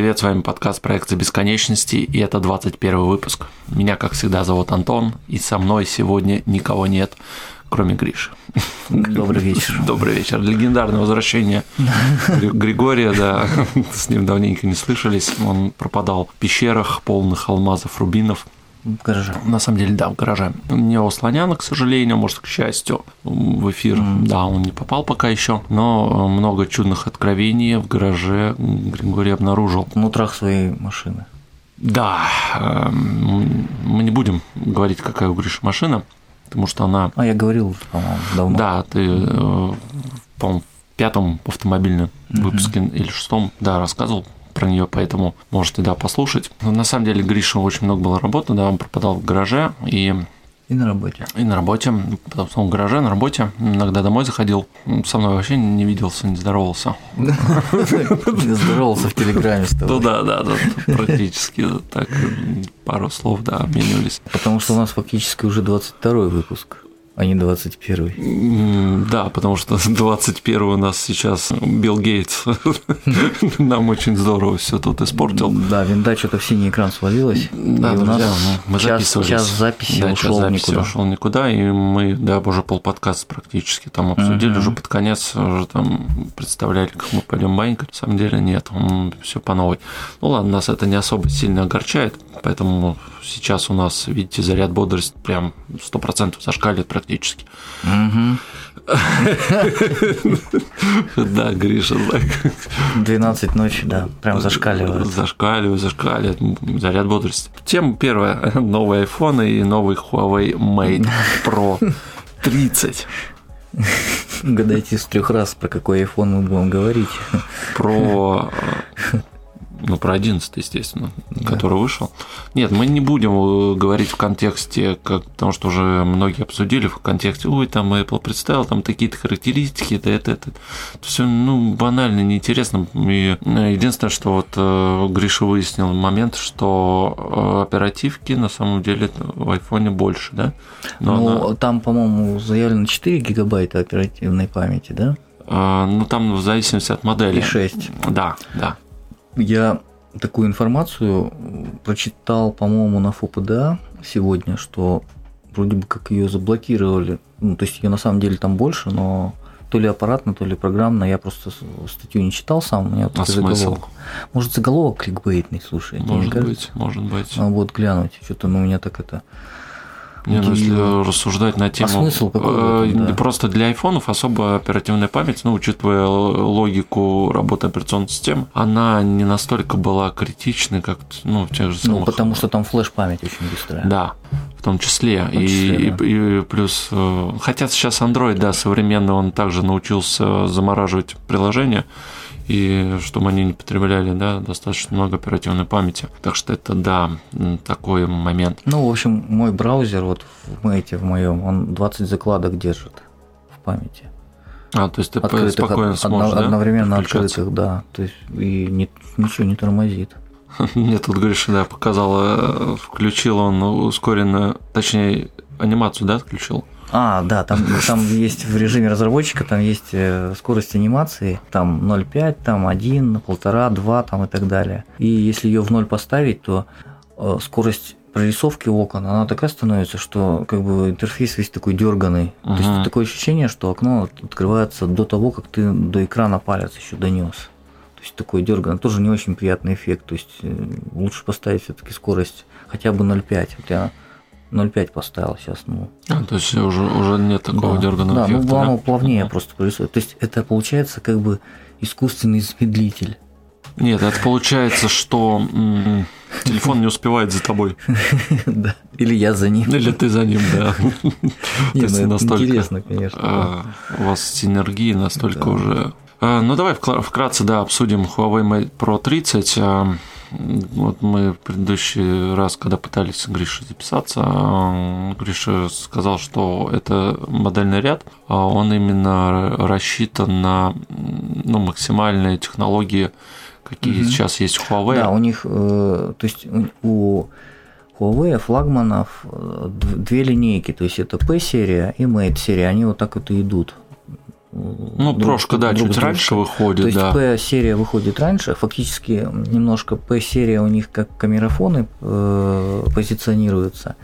привет, с вами подкаст «Проекция бесконечности», и это 21 выпуск. Меня, как всегда, зовут Антон, и со мной сегодня никого нет, кроме Гриши. Добрый вечер. Добрый вечер. Легендарное возвращение Григория, да, с ним давненько не слышались. Он пропадал в пещерах, полных алмазов, рубинов. В гараже. На самом деле, да, в гараже. Не у Слоняна, к сожалению, может, к счастью, в эфир. Да, он не попал пока еще, но много чудных откровений в гараже Григорий обнаружил. В нутрах своей машины. Да, мы не будем говорить, какая у Гриши машина, потому что она... Я говорил уже, по-моему, давно. Да, ты, по-моему, в 5-м автомобильном выпуске или 6-м, да, рассказывал про нее, поэтому можете, да, послушать. Но на самом деле Гриша очень много было работы, да, он пропадал в гараже и на работе. И на работе, потом в гараже, на работе, иногда домой заходил, со мной вообще не виделся, не здоровался. Не здоровался в Телеграме с тобой. Ну да, практически так, пару слов, да, обменивались. Потому что у нас фактически уже 22-й выпуск, а не 21-й. Да, потому что 21-й у нас сейчас Билл Гейтс нам очень здорово все тут испортил. Да, винда что-то в синий экран свалилась. Да, и у нас мы записывались. Час записи ушел никуда, и мы, да, уже полподкаста практически там обсудили, уже под конец уже там представляли, как мы пойдем банькать. На самом деле нет, все по новой. Ну ладно, нас это не особо сильно огорчает, поэтому сейчас у нас, видите, заряд бодрости прям 100% зашкаливает практически. Да, Гриша, так. 12 ночи, да, прям зашкаливает. Зашкаливает, заряд бодрости. Тема первая. Новый iPhone и новый Huawei Mate Pro 30. Угадайте с 3 раз, про какой iPhone мы будем говорить. Про 11, естественно, который вышел. Нет, мы не будем говорить в контексте, потому что уже многие обсудили в контексте, там Apple представил, там такие-то характеристики, это все, банально, неинтересно. И единственное, что вот Гриша выяснил момент, что оперативки на самом деле в айфоне больше, да? Там, по-моему, заявлено 4 гигабайта оперативной памяти, да? Там в зависимости от модели. И 6. Да. Я такую информацию прочитал, по-моему, на ФОПДА сегодня, что вроде бы как ее заблокировали. То есть ее на самом деле там больше, но то ли аппаратно, то ли программно. Я просто статью не читал сам, у меня вот такой заголовок. Может, заголовок кликбейтный, слушай. Может быть. Вот глянуть, что-то у меня так это... если рассуждать на тему... смысл какой? Да. Просто для айфонов особо оперативная память, учитывая логику работы операционной системы, она не настолько была критичной, как в тех же самых... потому что там флеш-память очень быстрая. Да, в том числе. И плюс... Хотя сейчас Android, да, современный, он также научился замораживать приложения, и чтобы они не потребляли, да, достаточно много оперативной памяти. Так что это, да, такой момент. В общем, мой браузер вот в Mate в моем, он 20 закладок держит в памяти. То есть ты спокойно сможешь, одновременно открытых, да. То есть и ничего не тормозит. Мне тут Гриша, да, показала, включил он ускоренную, точнее, анимацию, да, отключил? Да, там есть в режиме разработчика, там есть скорость анимации, там 0,5, там 1, 1,5, 2 там и так далее. И если ее в 0 поставить, то скорость прорисовки окон, она такая становится, что как бы интерфейс весь такой дерганый. То есть такое ощущение, что окно открывается до того, как ты до экрана палец еще донес. То есть такой дерганый, тоже не очень приятный эффект. То есть лучше поставить все-таки скорость хотя бы 0,5. Хотя 0,5 поставил сейчас. То есть уже нет такого дерганого эффекта. Да, оно плавнее просто происходит. То есть это получается как бы искусственный замедлитель. Нет, это получается, что телефон не успевает за тобой. Да. Или я за ним. Или ты за ним, да. Это интересно, конечно. У вас синергия настолько уже... Давай вкратце, да, обсудим Huawei Mate Pro 30. Вот мы в предыдущий раз, когда пытались с Гришей записаться, Гриша сказал, что это модельный ряд, он именно рассчитан на максимальные технологии, какие сейчас есть у Huawei. Да, у них, то есть у Huawei флагманов 2 линейки, то есть это P-серия и Mate-серия, они вот так вот и идут. Прошка, да, чуть раньше выходит. То есть да. P-серия выходит раньше, фактически немножко P-серия у них как камерафоны позиционируются,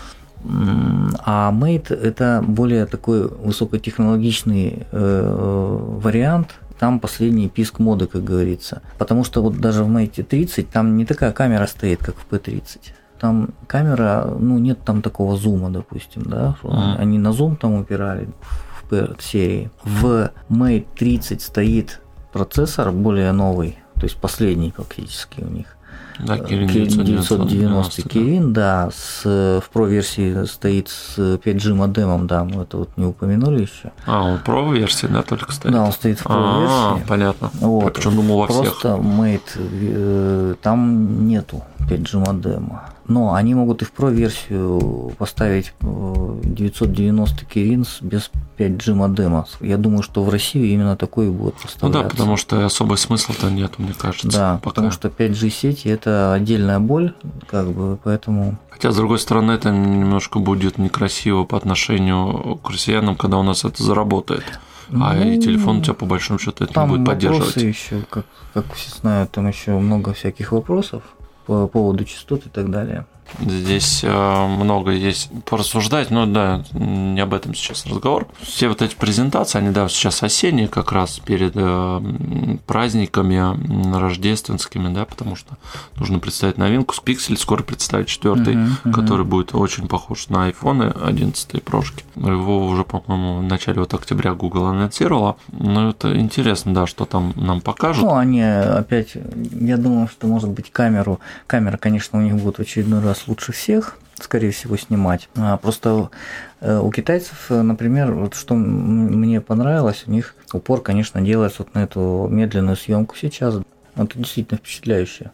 а Mate – это более такой высокотехнологичный вариант. Там последний писк моды, как говорится. Потому что вот даже в Mate 30 там не такая камера стоит, как в P30. Там камера, нет там такого зума, допустим, да, они на зум там упирали в P-серии. В Mate 30 стоит процессор более новый, то есть последний фактически у них. Да, Kirin 990 Kirin, да, в Pro-версии стоит с 5G модемом, да, мы это вот не упомянули еще. Он в Pro-версии, да, только стоит? Да, он стоит в Pro-версии. Понятно. Вот. Я причем думал во всех. Просто Mate, там нету 5G модема. Но они могут и в Pro-версию поставить 990 Kirin без 5G модема. Я думаю, что в Россию именно такой будет поставляться. Да, потому что особый смысла-то нет, мне кажется. Да, потому что 5G сети – это отдельная боль, поэтому… Хотя, с другой стороны, это немножко будет некрасиво по отношению к россиянам, когда у нас это заработает. И телефон у тебя, по большому счету, это не будет поддерживать. Там вопросы еще, как все знают, там еще много всяких вопросов по поводу частот и так далее. Здесь много есть порассуждать, но да, не об этом сейчас разговор. Все вот эти презентации, они, да, сейчас осенние как раз перед праздниками рождественскими, да, потому что нужно представить новинку. Pixel скоро представит 4-й, который будет очень похож на iPhone 11 прошки. Его уже, по-моему, в начале октября Google анонсировала. Но это интересно, да, что там нам покажут. Они опять, я думаю, что, может быть, камера, конечно, у них будет в очередной раз лучше всех, скорее всего, снимать. Просто у китайцев, например, вот что мне понравилось, у них упор, конечно, делается вот на эту медленную съемку сейчас. Это действительно впечатляюще.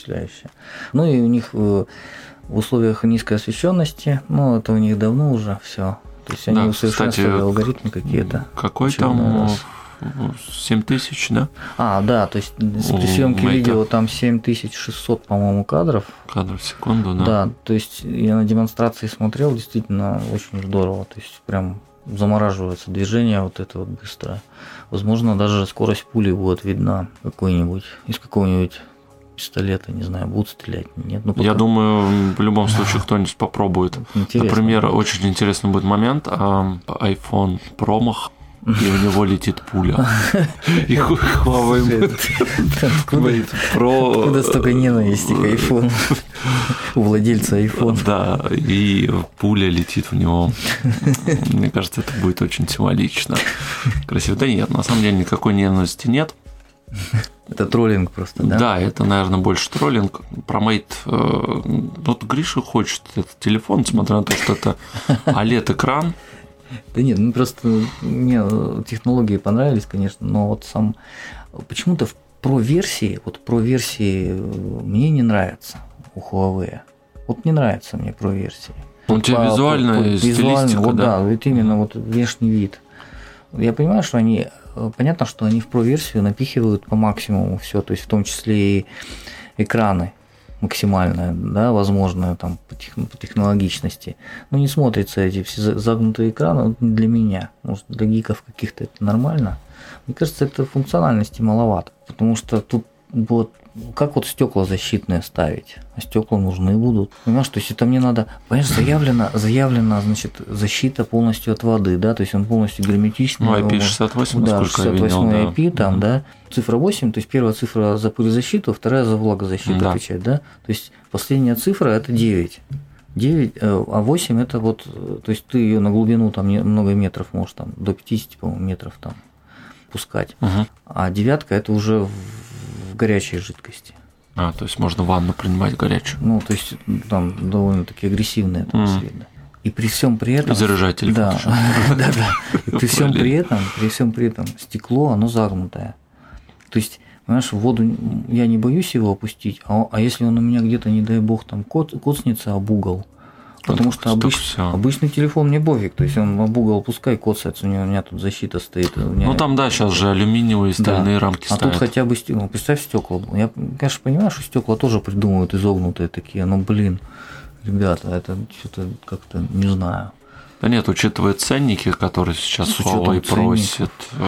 Ну и у них в условиях низкой освещенности, это у них давно уже все. То есть они усовершенствовали алгоритмы какие-то. Какой там 7000, да? Да, то есть при съемке видео там 7600, по-моему, кадров. Кадров в секунду, да. Да, то есть я на демонстрации смотрел, действительно очень здорово. То есть прям замораживается движение вот это вот быстрое. Возможно, даже скорость пули будет видна какой-нибудь из какого-нибудь пистолета, не знаю, будут стрелять, нет. Я думаю, в любом случае кто-нибудь попробует. Интересно. Например, очень интересный будет момент, iPhone промах, и у него летит пуля. И Huawei Pro... Откуда столько ненависти к айфону? У владельца айфона. Да, и пуля летит в него. Мне кажется, это будет очень символично. Красиво. Да нет, на самом деле никакой ненависти нет. Это троллинг просто, да? Да, это, наверное, больше троллинг. Про Mate... Вот Гриша хочет этот телефон, несмотря на то, что это OLED-экран. Да нет, просто мне технологии понравились, конечно, но вот сам почему-то в Pro-версии мне не нравится у Huawei. Вот не нравится мне Pro-версии. Он тебе визуально, стилистика, вот, да, вот именно вот внешний вид. Я понимаю, что понятно, что они в Pro-версию напихивают по максимуму все, то есть в том числе и экраны максимальное, да, возможное там по технологичности. Но не смотрятся эти все загнутые экраны для меня. Может, для гиков каких-то это нормально. Мне кажется, это функциональности маловато, потому что тут вот как вот стекла защитные ставить, а стекла нужны будут. Понимаешь, то есть это мне надо, понимаешь, заявлена, значит, защита полностью от воды, да, то есть он полностью герметичный. IP68, да, 68 IP там, да. Цифра 8, то есть первая цифра за пылезащиту, вторая за влагозащиту отвечает, да. То есть последняя цифра это 9. 9, а 8 это вот, то есть ты ее на глубину там много метров можешь там до 50, по-моему, метров там пускать. А 9 это уже в горячей жидкости. То есть можно ванну принимать горячую. То есть там довольно-таки агрессивная атмосфера. И при всем при этом. И заряжать телефон. Да. При всем при этом стекло, оно загнутое. То есть, понимаешь, в воду я не боюсь его опустить, а если он у меня где-то, не дай бог, там коцнется об угол. Потому что обычный телефон мне пофиг, то есть он об угол пускай коцается, у меня тут защита стоит. Там, да, сейчас же алюминиевые стальные рамки ставят. А тут хотя бы стекло. Представь стекла. Я, конечно, понимаю, что стекла тоже придумывают изогнутые такие, но, ребята, это что-то как-то не знаю. Да нет, учитывая ценники, которые сейчас Huawei просит,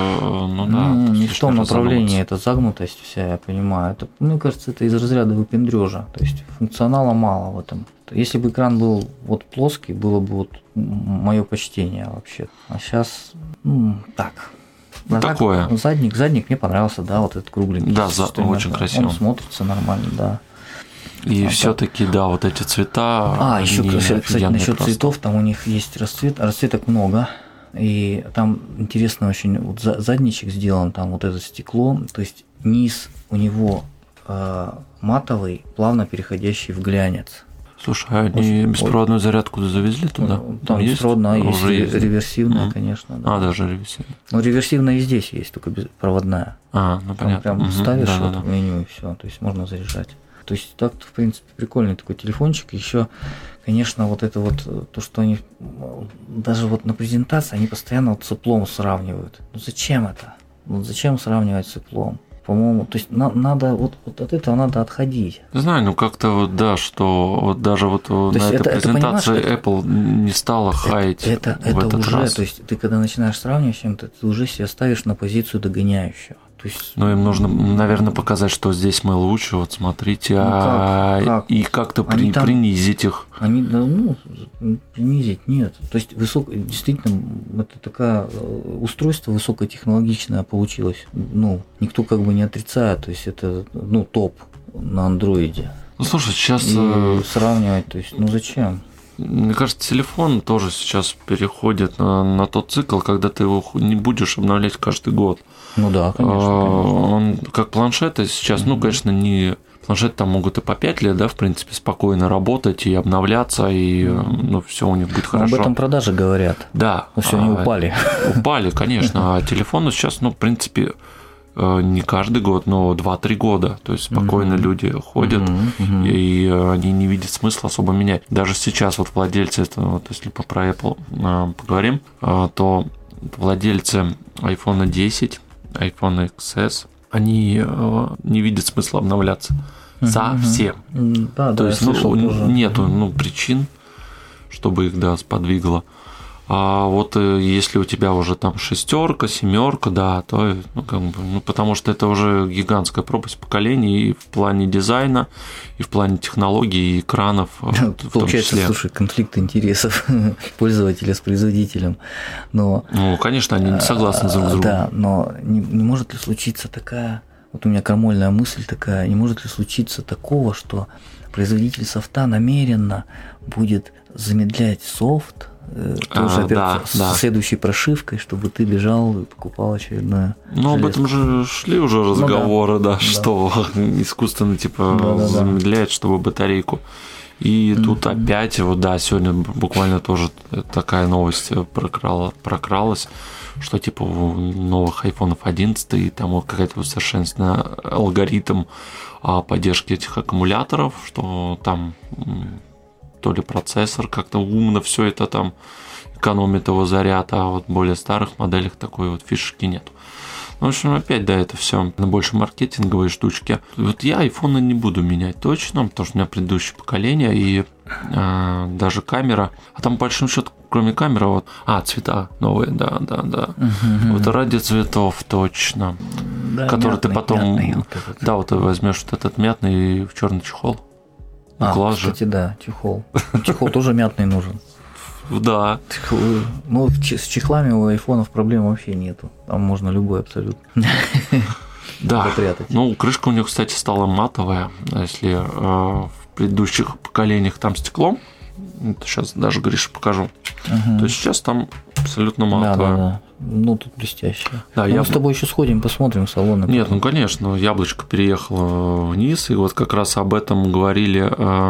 не в том направлении, это загнутость вся, я понимаю. Это, мне кажется, это из разряда выпендрежа, то есть функционала мало в этом. Если бы экран был вот плоский, было бы вот мое почтение вообще. А сейчас, так. Такое. Задник мне понравился, да, вот этот кругленький. Да, очень красиво. Он смотрится нормально, да. И все-таки, да, вот эти цвета. Еще, кстати, насчет цветов, там у них есть расцветок много. И там интересно очень, вот задничек сделан, там вот это стекло, то есть низ у него матовый, плавно переходящий в глянец. Слушай, а они беспроводную зарядку завезли туда? Там беспроводная есть, реверсивная, конечно. Да. Даже реверсивная. Ну, реверсивная и здесь есть, только беспроводная. Понятно. Прям ставишь в меню и все, то есть можно заряжать. То есть так-то, в принципе, прикольный такой телефончик. Еще, конечно, вот это вот то, что они даже вот на презентации они постоянно вот с Apple сравнивают. Ну зачем это? Вот зачем сравнивать с Apple? По-моему, то есть надо вот от этого надо отходить. Не знаю, как-то вот да, что вот даже вот на этой презентации Apple не стала хаять это в этот уже, раз. То есть ты когда начинаешь сравнивать с чем-то, ты уже себя ставишь на позицию догоняющего. То есть, им нужно, наверное, показать, что здесь мы лучше, вот смотрите, и как-то принизить их. Принизить нет. То есть действительно, это такое устройство высокотехнологичное получилось. Никто как бы не отрицает, то есть это топ на андроиде. Слушай, сейчас сравнивать, то есть, зачем? Мне кажется, телефон тоже сейчас переходит на тот цикл, когда ты его не будешь обновлять каждый год. Ну да, конечно. Он как планшеты сейчас, конечно, не планшеты там могут и по 5 лет, да, в принципе, спокойно работать и обновляться, и все у них будет хорошо. Об этом продажи говорят. Да. Все, они упали. Упали, конечно. А телефоны сейчас, в принципе, не каждый год, но 2-3 года. То есть спокойно люди ходят, и они не видят смысла особо менять. Даже сейчас вот владельцы, вот если про Apple поговорим, то владельцы iPhone 10, iPhone XS, они не видят смысла обновляться совсем. Да, то есть нету причин, чтобы их сподвигло. А вот если у тебя уже там 6, 7, да, то потому что это уже гигантская пропасть поколений и в плане дизайна, и в плане технологий, и экранов. Получается, слушай, конфликт интересов пользователя с производителем. Конечно, они не согласны друг с другом. Да, но не может ли случиться такая, вот у меня крамольная мысль такая, не может ли случиться такого, что производитель софта намеренно будет замедлять софт, тоже с следующей прошивкой, чтобы ты бежал и покупал очередное. Об этом же шли уже разговоры, что искусственно замедляет, чтобы батарейку. И тут опять, сегодня буквально тоже такая новость прокралась, что у новых iPhone 11 и там какая-то усовершенствованный алгоритм поддержки этих аккумуляторов, что там то ли процессор как-то умно все это там экономит его заряд, а вот в более старых моделях такой вот фишки нет. В общем, опять, это все на больше маркетинговые штучки. Вот я айфоны не буду менять точно, потому что у меня предыдущее поколение, и даже камера, а там, по большому счету, кроме камеры, цвета новые, да. Вот ради цветов точно, которые ты потом, ты возьмешь вот этот мятный в черный чехол. Кстати, да, чехол. Чехол тоже мятный нужен. Да. С чехлами у айфонов проблем вообще нету. Там можно любой абсолютно. Да. Крышка у них, кстати, стала матовая. Если в предыдущих поколениях там стеклом, сейчас даже Грише покажу, то сейчас там абсолютно матовая. Да. Тут блестяще. Да, мы с тобой еще сходим, посмотрим салоны. Нет, конечно, яблочко переехало вниз, и вот как раз об этом говорили,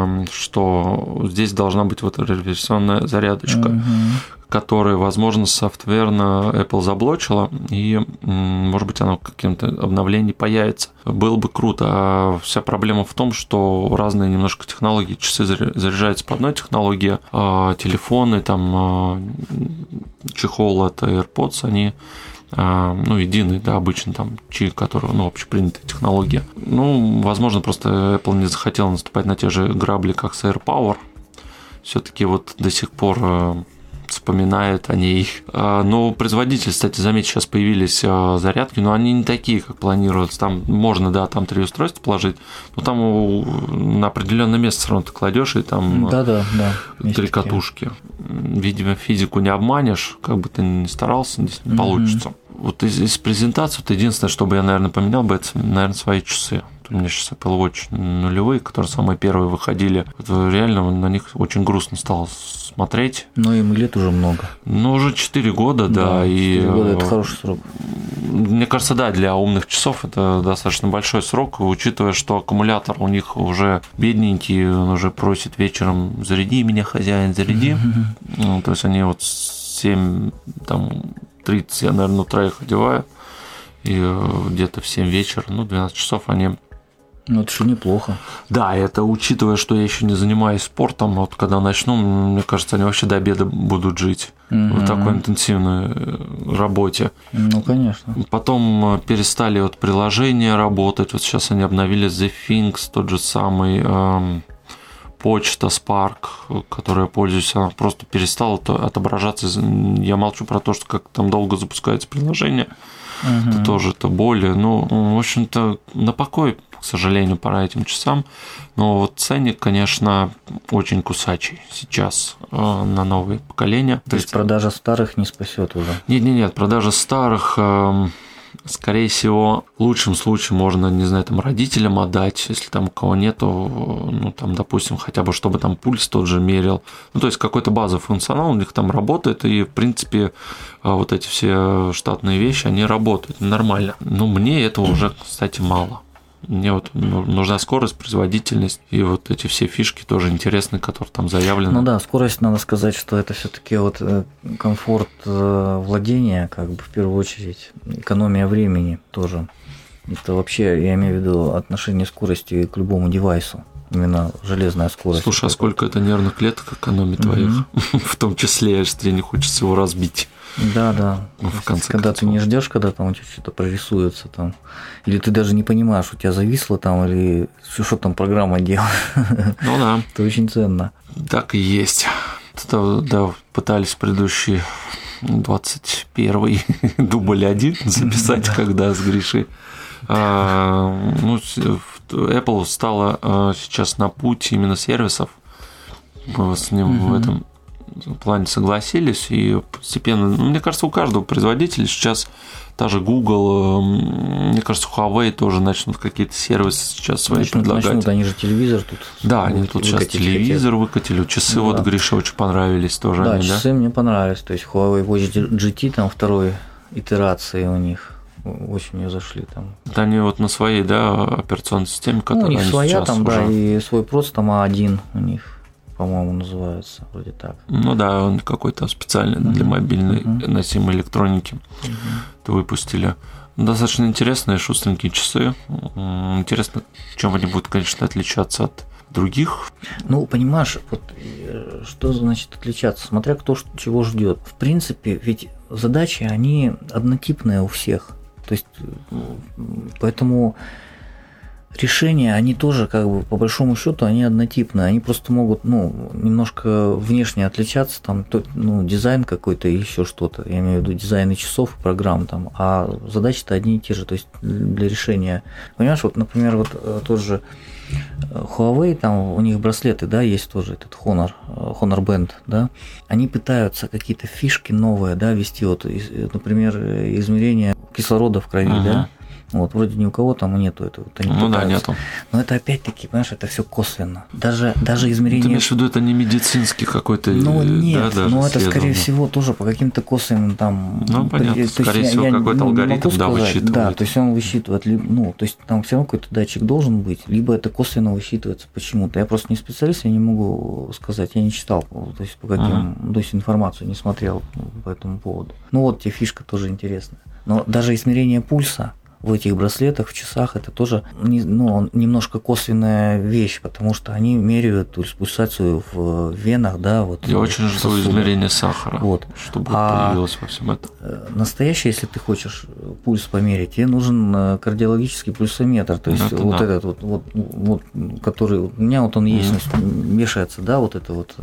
что здесь должна быть вот реверсионная зарядочка, которая, возможно, софтверно Apple заблочила, и, может быть, она каким-то обновлением появится. Было бы круто. А вся проблема в том, что разные немножко технологии, часы заряжаются по одной технологии, а телефоны, там, чехол от AirPods, они единый, обычно там чип, который, общепринятая технология. Возможно, просто Apple не захотела наступать на те же грабли, как с AirPower. Все-таки вот до сих пор вспоминают о ней. Но производитель, кстати, заметьте, сейчас появились зарядки, но они не такие, как планируется. Там можно, да, там 3 устройства положить, но там на определенное место все равно ты кладешь, и там 3 катушки. Видимо, физику не обманешь, как бы ты ни старался, здесь не получится. Вот из презентации, вот единственное, что бы я, наверное, поменял бы, это, наверное, свои часы. У меня сейчас Apple Watch нулевые, которые самые первые выходили. Это реально на них очень грустно стало смотреть. Но им лет уже много. Ну, уже 4 года, да. 4 года – это хороший срок. Мне кажется, да, для умных часов это достаточно большой срок, учитывая, что аккумулятор у них уже бедненький, он уже просит вечером: заряди меня, хозяин, заряди. То есть они вот 7:30 я, наверное, утра их одеваю, и где-то в 7 вечера, 12 часов они... Ну, это же неплохо. Да, это учитывая, что я еще не занимаюсь спортом, вот когда начну, мне кажется, они вообще до обеда будут жить в такой интенсивной работе. Ну, конечно. Потом перестали вот приложения работать, вот сейчас они обновили The Things, тот же самый почта Spark, которой я пользуюсь, она просто перестала отображаться. Я молчу про то, что как там долго запускается приложение. Это тоже это боли. Ну, в общем-то, на покой, к сожалению, пора этим часам. Но вот ценник, конечно, очень кусачий сейчас на новые поколения. То есть продажа старых не спасет уже? Нет, продажа старых, скорее всего, в лучшем случае можно, не знаю, там родителям отдать, если там у кого нету, там, допустим, хотя бы чтобы там пульс тот же мерил. То есть какой-то базовый функционал у них там работает, и, в принципе, вот эти все штатные вещи, они работают нормально. Но мне этого уже, кстати, мало. Мне вот нужна скорость, производительность, и вот эти все фишки тоже интересные, которые там заявлены. Ну да, скорость, надо сказать, что это все-таки вот комфорт владения, как бы в первую очередь, экономия времени тоже. Это вообще, я имею в виду отношение скорости к любому девайсу. Именно железная скорость. Слушай, а сколько это нервных клеток экономит твоих? В том числе, если тебе не хочется его разбить. Да. В конце когда концов. ты не ждешь, когда там у тебя что-то прорисуется там, или ты даже не понимаешь, у тебя зависло там, или что там программа делает. Ну да. Это очень ценно. Так и есть. Да, пытались предыдущий 21-й дубль 1 записать, когда с Гришей. Apple стала сейчас на путь именно сервисов. Мы с ним в этом плане согласились, и постепенно, мне кажется, у каждого производителя сейчас, та же Google, мне кажется, Huawei тоже начнут какие-то сервисы сейчас свои предлагать. Начнут, они же телевизор тут. Да, они тут сейчас телевизор выкатили, часы вот Грише очень понравились тоже. Да, часы мне понравились, то есть Huawei Watch GT, там второй итерации у них. Очень мне зашли там. Это они вот на своей, операционной системе, которая у них они своя сейчас там, уже... и свой просто там A1 у них, по-моему, называется, вроде так. Ну да, он какой-то специальный для мобильной носимой электроники выпустили. Достаточно интересные, шустренькие часы. Интересно, чем они будут, конечно, отличаться от других. Ну, понимаешь, вот что значит отличаться, смотря кто чего ждет. В принципе, ведь задачи, они однотипные у всех. То есть, поэтому решения, они тоже, как бы, по большому счету, они однотипные. Они просто могут, немножко внешне отличаться, там, дизайн какой-то и еще что-то. Я имею в виду дизайны часов и программ там. А задачи-то одни и те же. То есть для решения. Понимаешь, вот, например, вот тот же Huawei, там у них браслеты, есть тоже этот Honor Band, они пытаются какие-то фишки новые, ввести, вот, например, измерение кислорода в крови, Вот, вроде ни у кого там нету этого. Нету. Но это опять-таки, понимаешь, это все косвенно. Даже измерение. Ты имеешь в виду, это не медицинский какой-то. Нет, это скорее всего тоже по каким-то косвенным там. Понятно. Скорее всего, какой-то алгоритм высчитывает. Да, то есть он высчитывает, то есть там все равно какой-то датчик должен быть, либо это косвенно высчитывается почему-то. Я просто не специалист, я не могу сказать, я не читал, то есть по каким, то есть информацию не смотрел по этому поводу. Вот тебе фишка тоже интересная. Но даже измерение пульса в этих браслетах, в часах это тоже немножко косвенная вещь, потому что они меряют пульсацию в венах, да, вот. Я очень жду измерения сахара, вот. Чтобы появилось во всем этом. Настоящее, если ты хочешь пульс померить, тебе нужен кардиологический пульсометр, то есть этот вот, который у меня вот он есть, вешается, да, вот это вот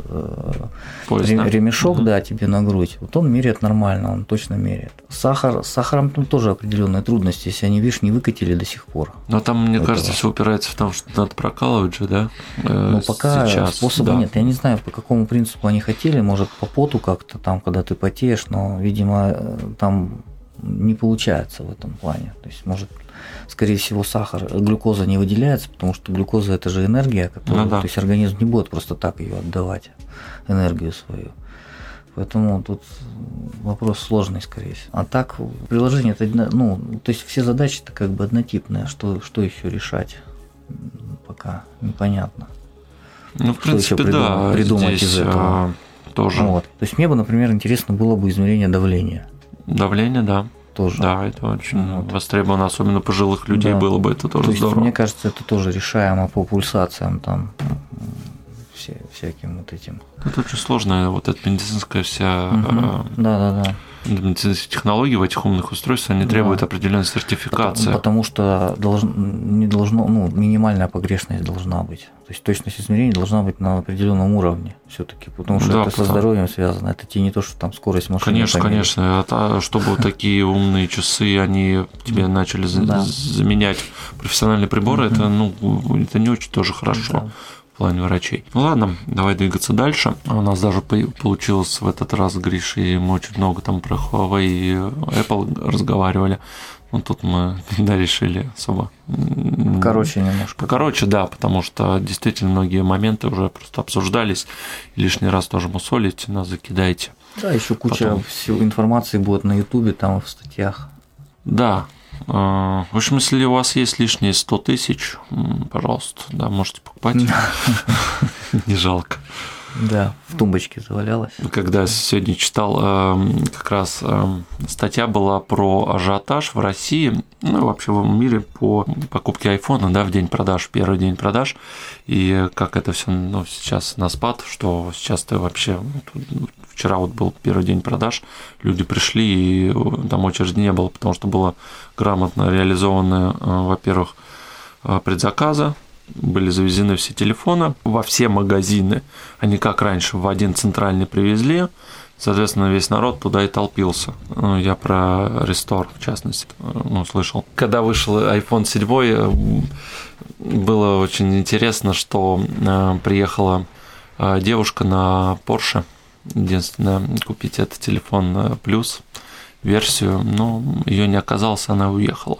ремешок, да, тебе на грудь, вот он меряет нормально, он точно меряет. С сахаром там тоже определенные трудности, если они, видишь, не выкатили до сих пор. Но там, мне кажется, все упирается в том, что надо прокалывать же, да? Но пока сейчас, способа нет. Я не знаю, по какому принципу они хотели, может, по поту как-то там, когда ты потеешь, но, видимо, там не получается в этом плане. То есть, может, скорее всего, глюкоза не выделяется, потому что глюкоза – это же энергия, которую, то есть организм не будет просто так ее отдавать, энергию свою. Поэтому тут вопрос сложный, скорее всего. А так, приложение, то есть все задачи-то как бы однотипные, что еще решать, пока непонятно. Ну, в принципе, да, придумать здесь из этого. Тоже. Вот. То есть мне бы, например, интересно было бы измерение давления. Давление, да. Тоже. Да, это очень востребовано, особенно пожилых людей было бы это тоже здорово. Мне кажется, это тоже решаемо по пульсациям там. Всяким вот этим. Это очень сложная вот эта медицинская вся медицинские технологии в этих умных устройствах, они требуют определенной сертификации. Потому что минимальная погрешность должна быть. То есть точность измерения должна быть на определенном уровне все-таки, потому что это со здоровьем связано. Это тебе не то, что там скорость машины. Конечно. Чтобы такие умные часы, они тебе начали заменять профессиональные приборы, это не очень тоже хорошо. В плане врачей. Ну ладно, давай двигаться дальше. У нас даже получилось в этот раз с Гришей, мы очень много там про Huawei и Apple разговаривали. Ну тут мы решили особо. Покороче, да, потому что действительно многие моменты уже просто обсуждались. И лишний раз тоже мусолить, нас закидайте. Да, еще куча всего информации будет на Ютубе, там в статьях. Да. В общем, если у вас есть лишние 100 тысяч, пожалуйста, да, можете покупать. Не жалко. Да, в тумбочке завалялось. Когда сегодня читал, как раз статья была про ажиотаж в России, вообще в мире по покупке айфона, да, в день продаж, первый день продаж, и как это все сейчас на спад, что сейчас-то вообще вчера вот был первый день продаж, люди пришли, и там очереди не было, потому что было грамотно реализованы, во-первых, предзаказы, были завезены все телефоны во все магазины, они как раньше в один центральный привезли, соответственно, весь народ туда и толпился. Я про Restore, в частности, слышал. Когда вышел iPhone 7, было очень интересно, что приехала девушка на Porsche, единственное, купить этот телефон плюс версию, но ее не оказалось, она уехала.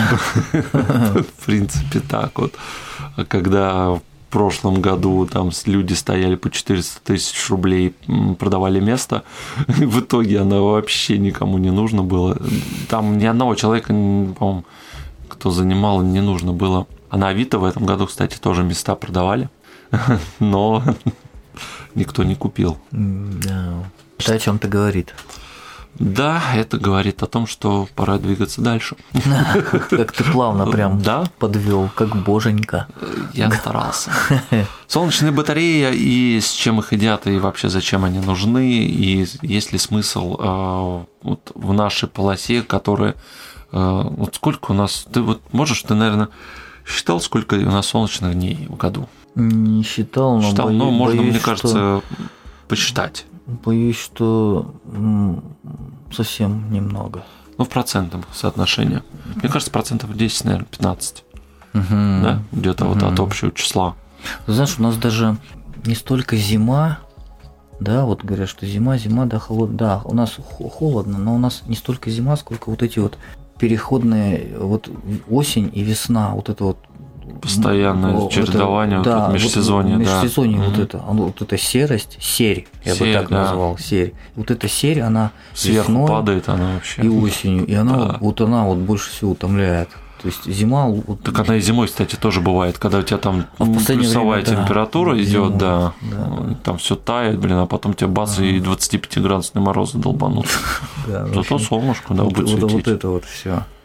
В принципе, так вот. Когда в прошлом году там люди стояли по 400 тысяч рублей, продавали место, в итоге она вообще никому не нужно было. Там ни одного человека, по-моему, кто занимал, не нужно было. А на Авито в этом году, кстати, тоже места продавали, но никто не купил. Да. Это о чем-то говорит. Да, это говорит о том, что пора двигаться дальше. Как ты плавно прям подвел, как боженька. Я старался. Солнечные батареи, и с чем их едят, и вообще зачем они нужны, и есть ли смысл вот в нашей полосе, которая... Вот сколько у нас... Ты, наверное, считал, сколько у нас солнечных дней в году? Не считал, но можно, мне кажется, посчитать. Боюсь, что совсем немного. В процентном соотношении. Мне кажется, 10%, наверное, 15%. Да? Где-то вот от общего числа. Знаешь, у нас даже не столько зима, да, вот говорят, что зима, да, холодно. Да, у нас холодно, но у нас не столько зима, сколько вот эти вот переходные, вот осень и весна, вот это вот постоянное чередование, межсезонье. Межсезонье, вот это серость, серь, я бы так назвал, серь. Вот эта серь, она сверху весной падает, она вообще. И осенью, и она она больше всего утомляет. То есть зима. Так она и зимой, кстати, тоже бывает, когда у тебя там плюсовая температура идет, там все тает, а потом тебе бац, и 25-градусные морозы долбанут. Зато солнышко, будет светить. Вот это вот все.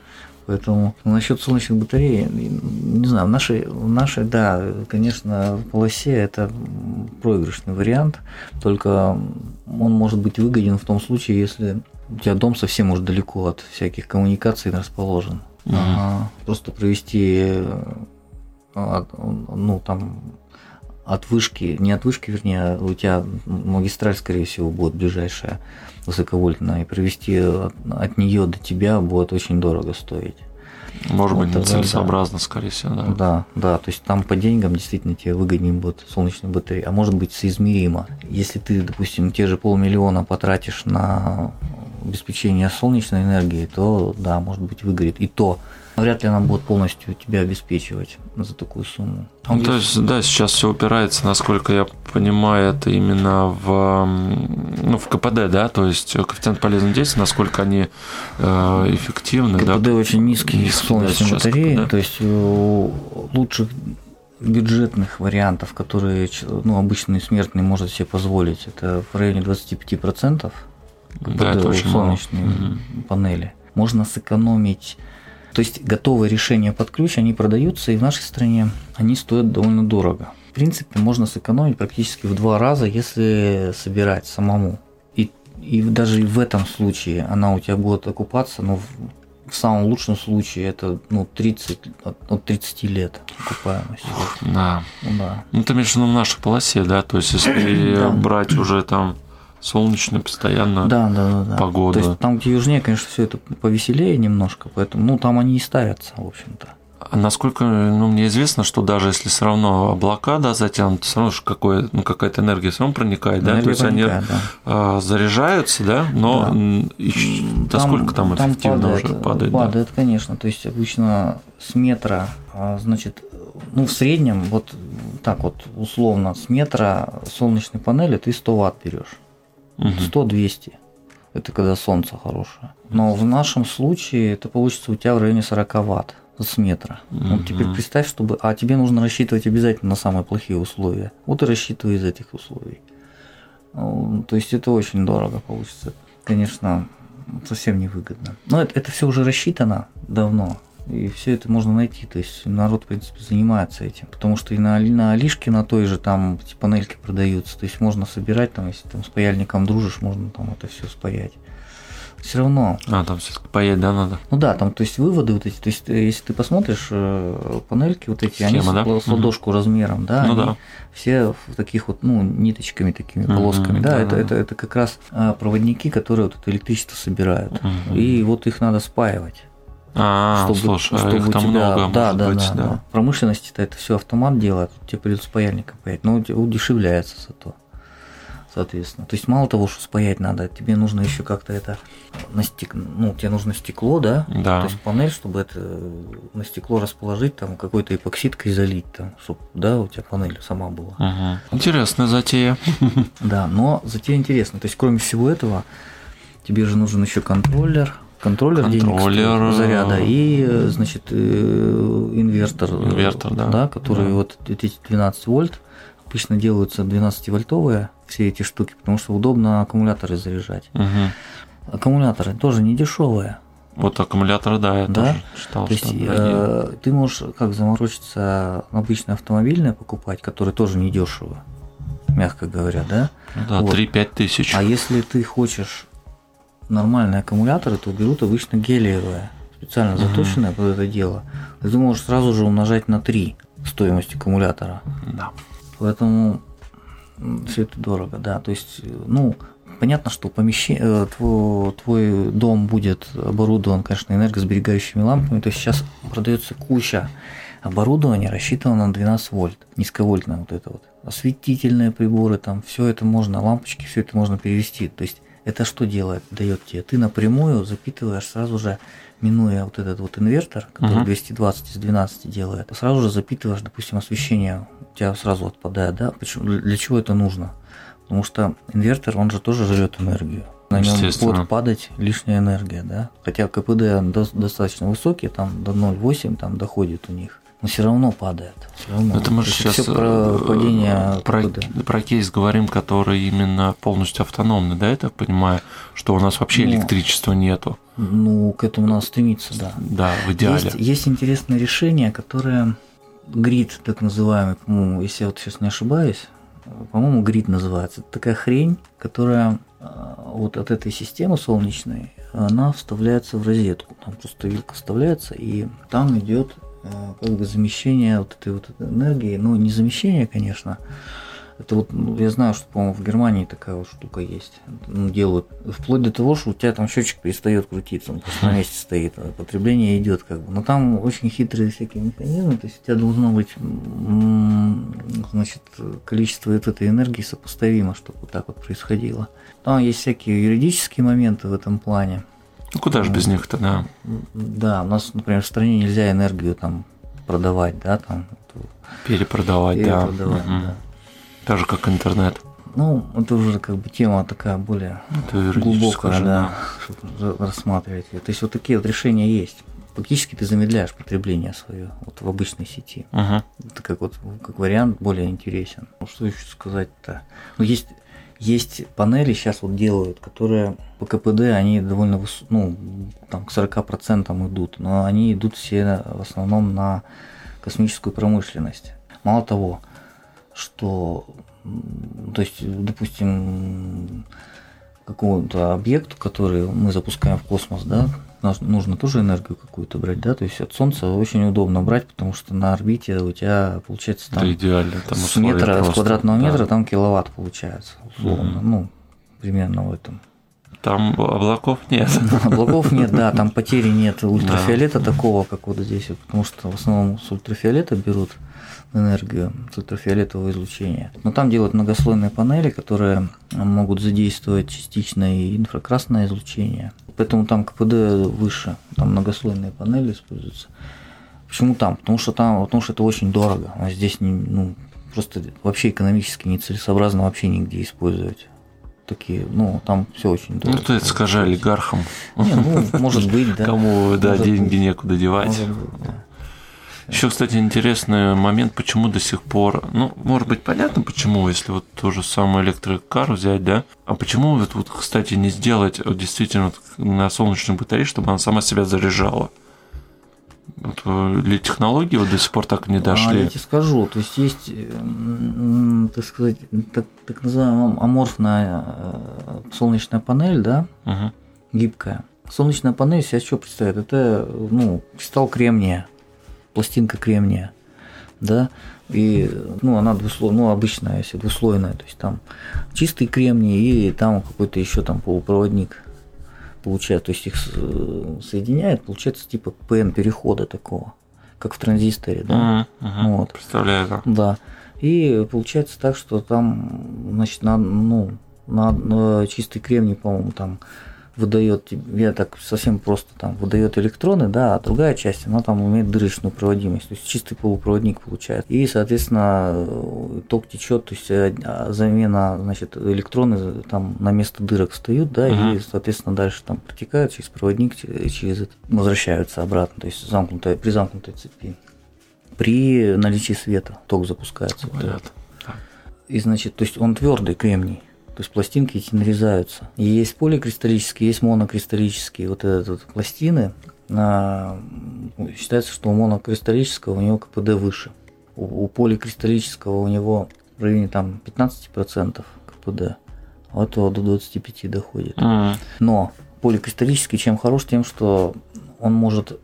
Поэтому насчет солнечных батарей, не знаю, в нашей, да, конечно, полосе это проигрышный вариант, только он может быть выгоден в том случае, если у тебя дом совсем уж далеко от всяких коммуникаций расположен. Просто провести, ну, там, от вышки, не от вышки, вернее, у тебя магистраль, скорее всего, будет ближайшая высоковольтная, и провести от нее до тебя будет очень дорого стоить. Может быть, нецелесообразно, скорее всего, да. Да, то есть там по деньгам действительно тебе выгоднее будет солнечная батарея, а может быть соизмеримо. Если ты, допустим, те же 500 000 потратишь на обеспечение солнечной энергией, то да, может быть, выгорит. И то вряд ли она будет полностью тебя обеспечивать за такую сумму. Ну, то есть, да, сейчас все упирается, насколько я понимаю, это именно в КПД, да, то есть коэффициент полезного действия, насколько они эффективны. КПД да? очень низкий в солнечной батарее, то есть лучших бюджетных вариантов, которые, ну, обычный смертный может себе позволить, это в районе 25%. Да, это очень солнечные панели. Можно сэкономить. То есть готовые решения под ключ, они продаются, и в нашей стране они стоят довольно дорого. В принципе, можно сэкономить практически в 2 раза, если собирать самому. И даже в этом случае она у тебя будет окупаться, но в самом лучшем случае это от 30 лет окупаемость. Да. Ну, ты имеешь в виду в нашей полосе, да? То есть, если брать уже там солнечную постоянно погоду. То есть там, где южнее, конечно, все это повеселее немножко, поэтому там они и ставятся, в общем-то. А насколько мне известно, что даже если все равно облака затянуты, все равно какая-то энергия все равно проникает, да? То есть они заряжаются, да, но насколько там эффективно уже падает? Падает, конечно. То есть обычно с метра, значит, в среднем, вот так вот условно, с метра солнечной панели ты 100 Вт берешь. 100-200. Это когда солнце хорошее. Но в нашем случае это получится у тебя в районе 40 Вт с метра. Вот теперь представь, а тебе нужно рассчитывать обязательно на самые плохие условия. Вот и рассчитывай из этих условий. То есть это очень дорого получится. Конечно, совсем невыгодно. Но это все уже рассчитано давно. И все это можно найти, то есть народ, в принципе, занимается этим, потому что и на Алишке на той же там эти панельки продаются, то есть можно собирать, там, если там с паяльником дружишь, можно там это все спаять. Все равно. Там все-таки паять, да, надо? Ну да, там, то есть выводы вот эти, то есть если ты посмотришь, панельки вот эти, схема, они с ладошку размером, да, они все в таких вот, ниточками такими, полосками, да, это как раз проводники, которые вот это электричество собирают, и вот их надо спаивать. Слушай, их там много, да. В промышленности-то это все автомат делает, тебе придется паяльником паять, но удешевляется зато, соответственно. То есть мало того, что спаять надо, тебе нужно еще как-то это тебе нужно стекло, да? То есть панель, чтобы это на стекло расположить, там какой-то эпоксидкой залить, там, чтобы, у тебя панель сама была. Интересная затея. Да, но затея интересная. То есть кроме всего этого, тебе же нужен еще контроллер денег заряда и, значит, инвертор, который вот эти 12 вольт, обычно делаются 12-вольтовые все эти штуки, потому что удобно аккумуляторы заряжать. Аккумуляторы тоже не дешевые. Вот аккумуляторы, я тоже читал, то есть ты можешь как заморочиться обычные автомобильные покупать, которые тоже недешево, мягко говоря, да? 3-5 тысяч. А если ты хочешь нормальные аккумуляторы, то берут обычно гелиевые, специально заточенные под это дело. И ты можешь сразу же умножать на 3 стоимость аккумулятора. Да. Поэтому все это дорого, да. То есть, понятно, что твой дом будет оборудован, конечно, энергосберегающими лампами. То есть сейчас продается куча оборудования, рассчитано на 12 вольт, низковольтное вот это вот. Осветительные приборы, там все это можно, лампочки, все это можно перевести. То есть это что делает, дает тебе? Ты напрямую запитываешь сразу же, минуя вот этот вот инвертор, который 220 из 12 делает, сразу же запитываешь, допустим, освещение у тебя сразу отпадает, да? Почему? Для чего это нужно? Потому что инвертор, он же тоже жрет энергию. На нем будет падать лишняя энергия, да? Хотя КПД достаточно высокий, там до 0,8 там доходит у них. но все равно падает. Все равно. Это мы же сейчас про падение про кейс говорим, который именно полностью автономный, да, я так понимаю, что у нас вообще электричества нету. Ну, к этому надо стремиться, да. Да, в идеале. Есть интересное решение, которое грид, так называемый, по-моему, если я вот сейчас не ошибаюсь, по-моему, грид называется. Это такая хрень, которая вот от этой системы солнечной, она вставляется в розетку. Там просто вилка вставляется, и там идет как бы замещение вот этой энергии. Ну, не замещение, конечно. Это вот, я знаю, что, по-моему, в Германии такая вот штука есть. Ну, делают вплоть до того, что у тебя там счетчик перестает крутиться, он просто на месте стоит, а потребление идет как бы. Но там очень хитрые всякие механизмы, то есть у тебя должно быть, значит, количество вот этой энергии сопоставимо, чтобы вот так вот происходило. Там есть всякие юридические моменты в этом плане. Ну, куда же без них-то, да. Да, у нас, например, в стране нельзя энергию там продавать, да, там. Перепродавать, да. Да. Так же, как интернет. Ну, это уже как бы тема такая более глубокая, да, чтобы рассматривать ее. То есть вот такие вот решения есть. Фактически ты замедляешь потребление свое вот в обычной сети. Это как вариант более интересен. Ну, что еще сказать-то? Ну, есть панели сейчас вот делают, которые по КПД, они довольно там к 40% идут, но они идут все в основном на космическую промышленность. Мало того, что, то есть, допустим, какому-то объекту, который мы запускаем в космос, да, нужно тоже энергию какую-то брать, да, то есть от Солнца очень удобно брать, потому что на орбите у тебя получается там, идеально, там с квадратного метра там киловатт получается, условно, ну, примерно в этом. Там облаков нет. Облаков нет, да, там потери нет ультрафиолета такого, как вот здесь, потому что в основном с ультрафиолета берут энергию, с ультрафиолетового излучения. Но там делают многослойные панели, которые могут задействовать частичное и инфракрасное излучение. Поэтому там КПД выше, там многослойные панели используются. Почему там? Потому что это очень дорого. А здесь просто вообще экономически нецелесообразно вообще нигде использовать. Такие, там все очень дорого. Ну, ты это скажи олигархам. Может быть, да. Кому, деньги некуда девать. Может быть, да. Еще, кстати, интересный момент, почему до сих пор, может быть, понятно, почему, если вот ту же самую электрокар взять, да, а почему вот, кстати, не сделать действительно на солнечной батарее, чтобы она сама себя заряжала? Вот, для технологий вот до сих пор так и не дошли. Я тебе скажу, то есть, так сказать, так называемая аморфная солнечная панель, да, гибкая. Солнечная панель себя что представляет? Это, кристалл кремния, пластинка кремния, да, и, она обычная, если двуслойная, то есть там чистый кремний и там какой-то еще там полупроводник получается, то есть их соединяет, получается типа ПН-перехода такого, как в транзисторе, да, вот. Представляю, да. Да, и получается так, что там, значит, на чистый кремний, по-моему, там выдает тебе, так совсем просто там выдает электроны, да, а другая часть, она там имеет дырочную проводимость, то есть чистый полупроводник получается. И, соответственно, ток течет, то есть замена, значит, электроны там на место дырок встают, да, и, соответственно, дальше там протекают через проводник, через это возвращаются обратно, то есть при замкнутой цепи. При наличии света ток запускается. Понятно. И, значит, то есть он твердый кремний. То есть пластинки эти нарезаются. И есть поликристаллические, есть монокристаллические. Вот эти вот пластины, считается, что у монокристаллического у него КПД выше. У поликристаллического у него в районе там 15% КПД, а у этого до 25% доходит. Но поликристаллический чем хорош? Тем, что он может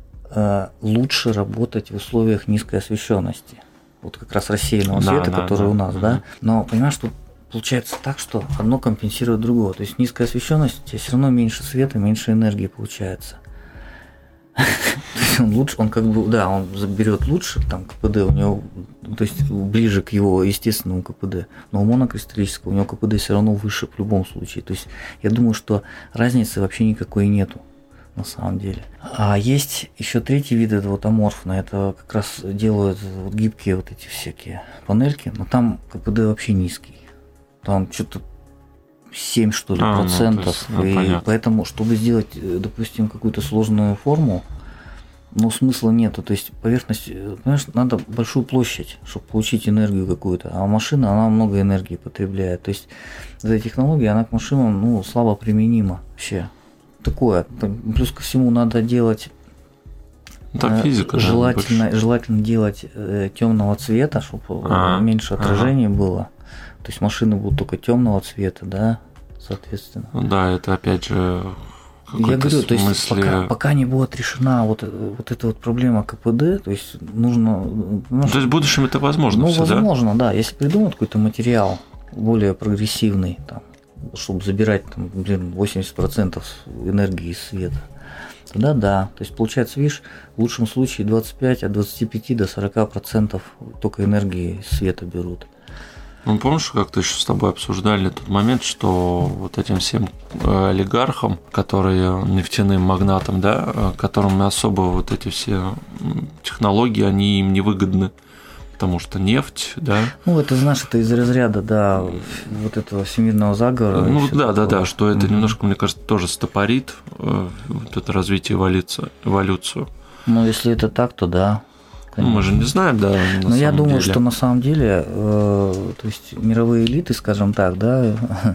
лучше работать в условиях низкой освещенности. Вот как раз рассеянного света, который у нас, да. Но понимаешь, что получается так, что одно компенсирует другое. То есть низкая освещенность, у тебя все равно меньше света, меньше энергии получается. То есть он лучше, он как бы, да, он заберет лучше, там КПД у него, то есть ближе к его естественному КПД, но у монокристаллического у него КПД все равно выше в любом случае. То есть я думаю, что разницы вообще никакой нету на самом деле. А есть еще третий вид, это вот аморфное, это как раз делают вот гибкие вот эти всякие панельки, но там КПД вообще низкий. Там что-то 7, что ли, процентов. И поэтому, чтобы сделать, допустим, какую-то сложную форму, Но смысла нету. То есть поверхность, понимаешь, надо большую площадь, чтобы получить энергию какую-то. А машина, она много энергии потребляет. То есть эта технология, она к машинам слабо применима вообще. Такое. Плюс ко всему надо делать Так, физика, желательно делать темного цвета, чтобы меньше отражения было. То есть машины будут только темного цвета, да, соответственно. Да, это опять же. Я говорю, то есть пока не будет решена вот эта вот проблема КПД, то есть нужно. То есть в будущем это возможно. Возможно, да. Если придумают какой-то материал более прогрессивный, там, чтобы забирать 80% энергии света. Тогда да. То есть получается, видишь, в лучшем случае 25, от 25 до 40% только энергии света берут. Ну, помнишь, как-то еще с тобой обсуждали тот момент, что вот этим всем олигархам, которые нефтяным магнатам, да, которым особо вот эти все технологии, они им невыгодны, потому что нефть, да. Это, знаешь, это из разряда, да, вот этого всемирного заговора. Да, что это немножко, мне кажется, тоже стопорит вот это развитие, эволюцию. Если это так, то да. Мы же не знаем, да. Но я думаю, что на самом деле, то есть мировые элиты, скажем так, да,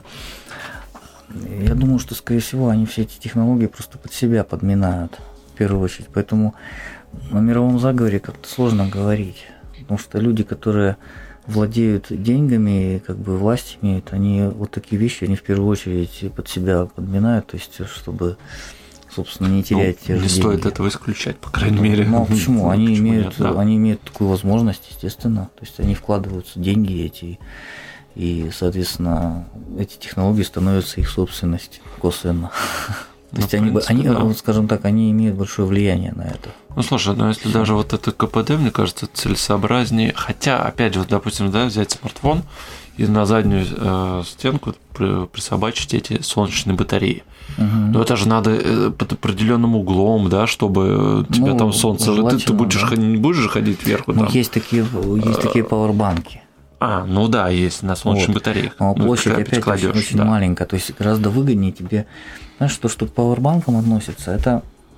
я думаю, что, скорее всего, они все эти технологии просто под себя подминают, в первую очередь. Поэтому о мировом заговоре как-то сложно говорить. Потому что люди, которые владеют деньгами и как бы власть имеют, они вот такие вещи, они в первую очередь под себя подминают, то есть чтобы, собственно, не терять те же деньги. Не стоит этого исключать, по крайней мере. Почему? Они имеют такую возможность, естественно. То есть они вкладываются деньги эти, и, соответственно, эти технологии становятся их собственностью косвенно. То есть они, скажем так, они имеют большое влияние на это. Слушай, если даже вот это КПД, мне кажется, целесообразнее. Хотя, опять же, допустим, взять смартфон и на заднюю стенку присобачить эти солнечные батареи. Но это же надо под определенным углом, да, чтобы тебя там солнце. Ты будешь, не будешь же ходить вверху. Есть такие пауэрбанки. Есть на солнечных батареях. Площадь опять очень маленькая, то есть гораздо выгоднее тебе. Знаешь, то, что к пауэрбанкам относится, это,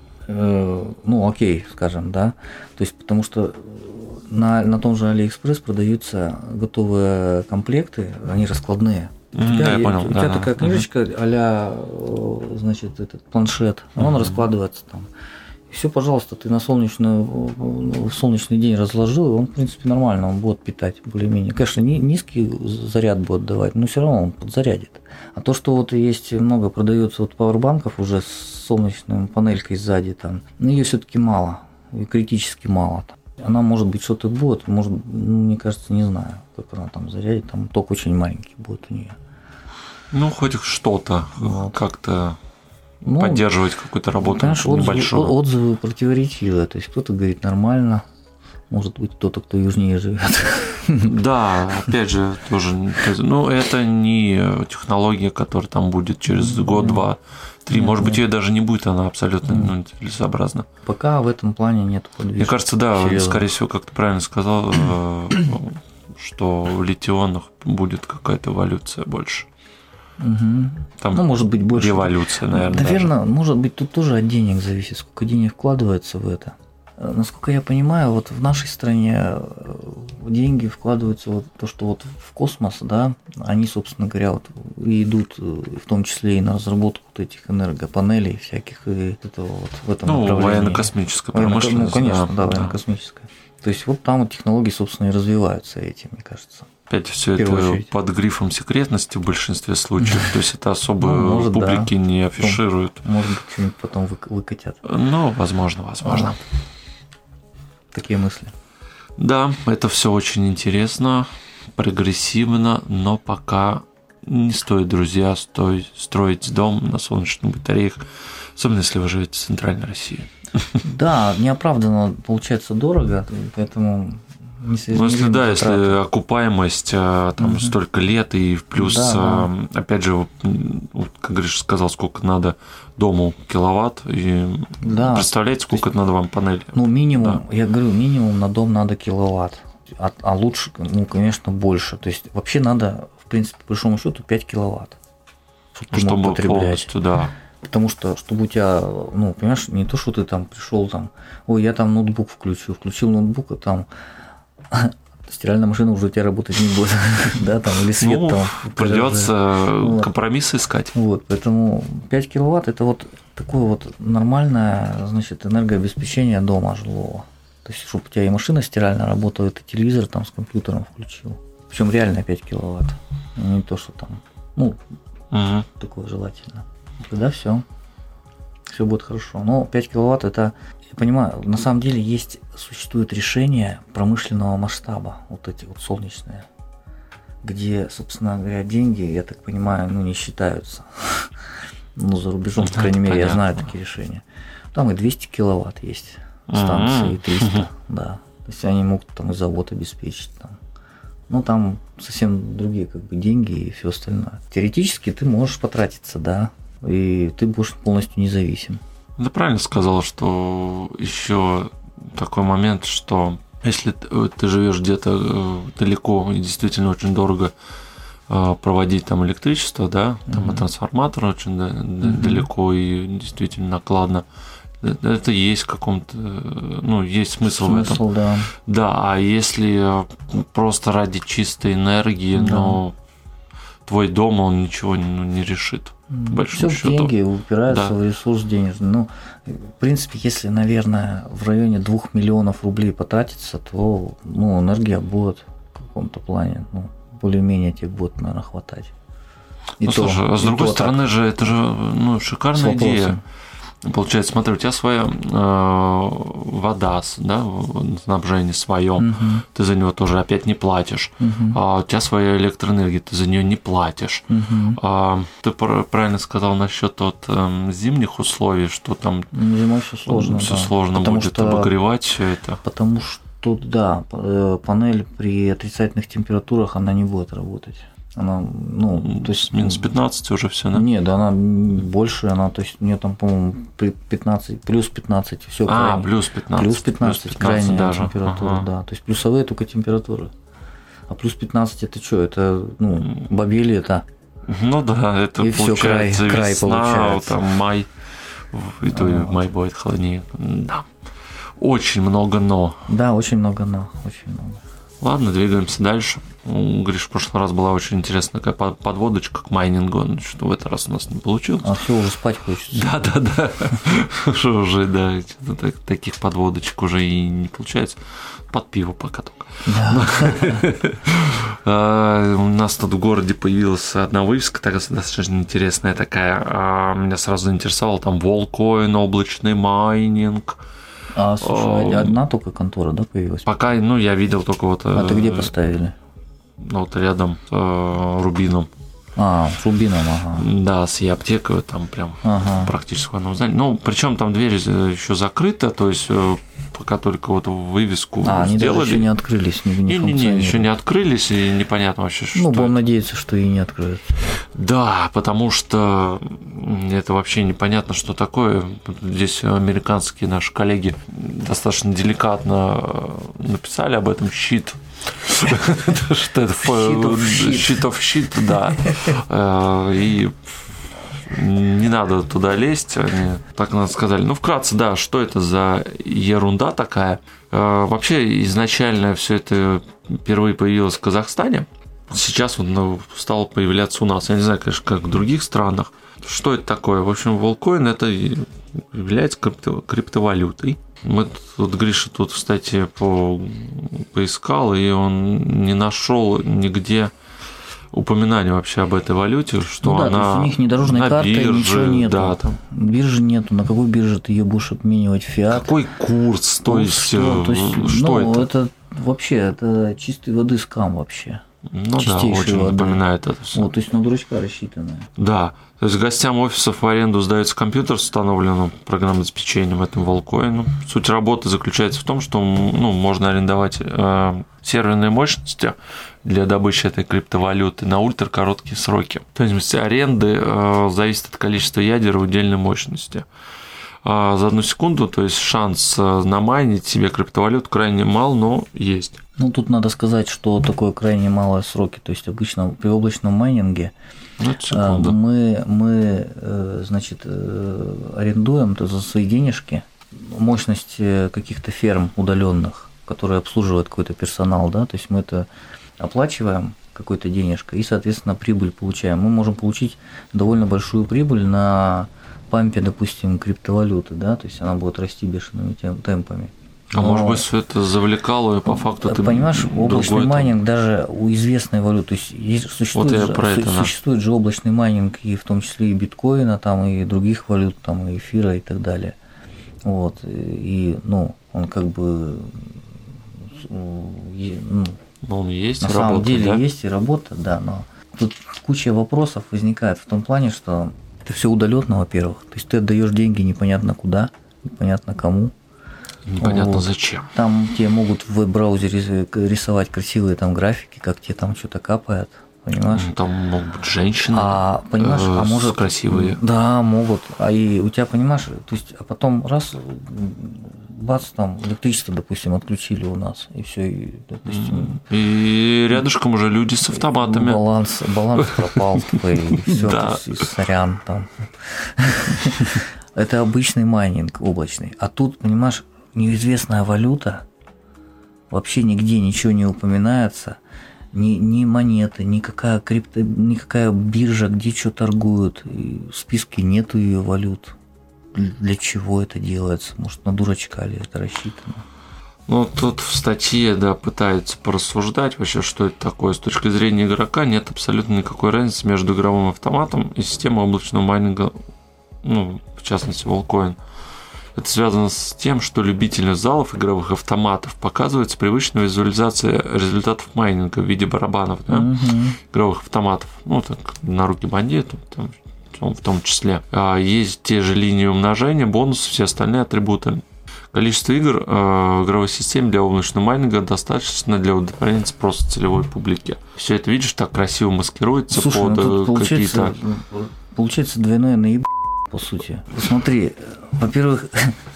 окей, скажем, да, то есть потому что на том же Алиэкспресс продаются готовые комплекты, они раскладные. У тебя такая книжечка а-ля, значит, этот планшет, он раскладывается там. Все, пожалуйста, ты в солнечный день разложил, и он, в принципе, нормально, он будет питать более-менее. Конечно, низкий заряд будет давать, но все равно он подзарядит. А то, что вот есть много продается пауэрбанков уже с солнечной панелькой сзади, там, ее все-таки мало, и критически мало. Она, может быть, что-то будет, может, мне кажется, не знаю, как она там зарядит, там ток очень маленький будет у нее. Хоть что-то как-то. Поддерживать какую-то работу небольшую. Отзывы противоречивые. То есть кто-то говорит нормально, может быть, кто-то, кто южнее живет. Да, опять же, тоже. Это не технология, которая там будет через год, 2, 3. Может быть, ее даже не будет, она абсолютно целесообразна. Пока в этом плане нет подвижки. Мне кажется, да, скорее всего, как ты правильно сказал, что в литионах будет какая-то эволюция больше. Там может быть, больше. Революция, наверное. Наверное, может быть, тут тоже от денег зависит, сколько денег вкладывается в это. Насколько я понимаю, вот в нашей стране деньги вкладываются вот то, что вот в космос, да, они, собственно говоря, вот и идут в том числе и на разработку вот этих энергопанелей всяких и этого вот в этом направлении. Военно-космическая промышленность. Конечно, да, военно-космическая. То есть вот там вот технологии, собственно, и развиваются этим, мне кажется. Опять все это под грифом секретности в большинстве случаев, то есть это особо публики не афишируют. Может быть, что-нибудь потом выкатят. Возможно. Такие мысли. Да, это все очень интересно, прогрессивно, но пока не стоит, друзья, строить дом на солнечных батареях, особенно если вы живете в Центральной России. Да, неоправданно получается дорого, поэтому... Если окупаемость там столько лет, и плюс, опять же, как говоришь, сказал, сколько надо дому киловатт, и представляете, сколько это надо вам панели? Минимум, я говорю, минимум на дом надо киловатт, а лучше, конечно, больше. То есть вообще надо, в принципе, по большому счету 5 киловатт, чтобы полностью, Потому что, чтобы у тебя, ну, понимаешь, не то, что ты там пришел там, ой, я там ноутбук включил ноутбук, а там стиральная машина уже у тебя работать не будет, да, там, или свет там. Придется компромиссы искать. Вот, поэтому 5 киловатт – это вот такое вот нормальное, значит, энергообеспечение дома жилого. То есть, чтобы у тебя и машина стиральная работала, и ты телевизор там с компьютером включил. Причем реально 5 киловатт, не то, что там, ну, такое желательно. Тогда все будет хорошо. Но 5 киловатт – это, я понимаю, на самом деле существует решение промышленного масштаба, вот эти вот солнечные, где, собственно говоря, деньги, я так понимаю, ну, не считаются. Ну, за рубежом, по крайней мере, я знаю такие решения. Там и 200 киловатт есть станции, и 300, да. То есть они могут там и завод обеспечить там. Ну, там совсем другие как бы деньги и все остальное. Теоретически ты можешь потратиться, да, и ты будешь полностью независим. Ты правильно сказал, что еще такой момент, что если ты живешь где-то далеко и действительно очень дорого проводить там электричество, да, там и трансформатор очень далеко и действительно накладно, это есть в каком-то, ну, есть смысл в этом. Да. Да, а если просто ради чистой энергии, но твой дом, он ничего не решит. Все деньги упираются в ресурс денежный. Ну, в принципе, если, наверное, в районе 2 миллионов рублей потратиться, то, ну, энергия будет в каком-то плане, ну, более-менее тебе будет, наверное, хватать. Ну, слушай, а с другой стороны же, это же, ну, шикарная идея. Получается, смотри, у тебя своя вода, да, снабжение свое, ты за него тоже опять не платишь. А у тебя своя электроэнергия, ты за нее не платишь. Ты правильно сказал насчет вот, зимних условий, что там зимой все сложно. Все сложно будет обогревать все это. Потому что, да, панель при отрицательных температурах она не будет работать. Она, ну, то есть минус 15 уже все, да? Нет, да, она больше, она, то есть у нее там, по-моему, 15, плюс 15, все. Плюс 15. Плюс 15 крайняя даже. Температура, да. То есть плюсовые только температуры. А плюс 15 это что? Это, ну, бабели это. Ну да, это и получается всё, край весна, получается. Там май, и то май будет холоднее. Да. Очень много но. Да, очень много но, очень много. Ладно, двигаемся дальше. Гриш, в прошлый раз была очень интересная такая подводочка к майнингу, что в этот раз у нас не получилось. А все, уже спать хочется. Да. Что уже, да, таких подводочек уже и не получается. Под пиво пока только. У нас тут в городе появилась одна вывеска, такая достаточно интересная такая. Меня сразу заинтересовала там Волкоин, облачный майнинг. А, слушай, одна только контора, да, появилась? Пока, ну, я видел только вот... А ты где поставили? Ну, вот рядом с Рубином. С Рубином, ага. Да, с аптекой там прям практически в одном здании. Ну, причем там дверь еще закрыта, то есть пока только вот вывеску они сделали. Даже еще не открылись, не еще не открылись, и непонятно вообще, что. Ну, будем надеяться, что и не откроются. Да, потому что это вообще непонятно, что такое. Здесь американские наши коллеги достаточно деликатно написали об этом щит. Что это щит of щит, да. И не надо туда лезть, они так нас сказали. Ну, вкратце, да, что это за ерунда такая. Вообще, изначально все это впервые появилось в Казахстане. Сейчас вот стало появляться у нас. Я не знаю, конечно, как в других странах. Что это такое? В общем, Волкоин – это является криптовалютой. Мы тут, Гриша тут, кстати, поискал, и он не нашел нигде упоминания вообще об этой валюте, что ну, да, она то есть у них ни дорожной на карты, бирже, ничего нету. Да, там. Биржи нету. На какой бирже ты ее будешь обменивать в фиат? Какой курс? То есть что ну, это? Вообще, это чистой воды скам вообще. Ну да, очень напоминает это все. Вот, то есть на дурачка рассчитанное. Да, то есть гостям офисов в аренду сдается компьютер с установленным программным обеспечением, этим Волкоином. Суть работы заключается в том, что можно арендовать серверные мощности для добычи этой криптовалюты на ультракороткие сроки. То есть аренды зависят от количества ядер в удельной мощности. за одну секунду, то есть шанс намайнить себе криптовалюту крайне мал, но есть. Ну, тут надо сказать, что такое крайне малые сроки. То есть обычно при облачном майнинге мы значит, арендуем за свои денежки мощность каких-то ферм удаленных, которые обслуживают какой-то персонал, да, то есть мы это оплачиваем какой-то денежкой и, соответственно, прибыль получаем. Мы можем получить довольно большую прибыль на пампе, допустим, криптовалюты, да, то есть она будет расти бешеными темпами. А может быть, все это завлекало, и по факту ты... Понимаешь, облачный майнинг даже у известной валюты, то есть существует же облачный майнинг и в том числе и биткоина, там, и других валют, там, и эфира и так далее. Вот, и, ну, он как бы... он есть, на работа, самом деле да? есть и работа, да, но тут куча вопросов возникает в том плане, что это все удаленно, во-первых, то есть ты отдаешь деньги непонятно куда, непонятно кому. Непонятно вот. Зачем. Там тебе могут в веб-браузере рисовать красивые там графики, как тебе там что-то капает, понимаешь? Там могут быть женщины, понимаешь, может красивые. Да, могут. И у тебя, понимаешь, то есть, а потом раз, бац, там электричество, допустим, отключили у нас, и все, и, допустим. И рядышком уже люди с автоматами. Баланс пропал, и все, сорян там. Это обычный майнинг облачный. А тут, понимаешь, неизвестная валюта, вообще нигде ничего не упоминается, ни монеты, никакая биржа, где что торгуют, и в списке нету ее валют. Для чего это делается? Может, на дурачка ли это рассчитано? Ну, тут в статье, да, пытаются порассуждать вообще, что это такое. С точки зрения игрока нет абсолютно никакой разницы между игровым автоматом и системой облачного майнинга, ну, в частности, Волкоин. Это связано с тем, что любителям залов игровых автоматов показывается привычная визуализация результатов майнинга в виде барабанов, да, игровых автоматов. Ну, так, на руки бандиту, там, в том числе. Есть те же линии умножения, бонусы, все остальные атрибуты. Количество игр в игровой системе для облачного майнинга достаточно для удовлетворения спроса целевой публики. Все это, видишь, так красиво маскируется. Слушай, под какие-то... Получается двойное наеб... по сути. Посмотри, во-первых,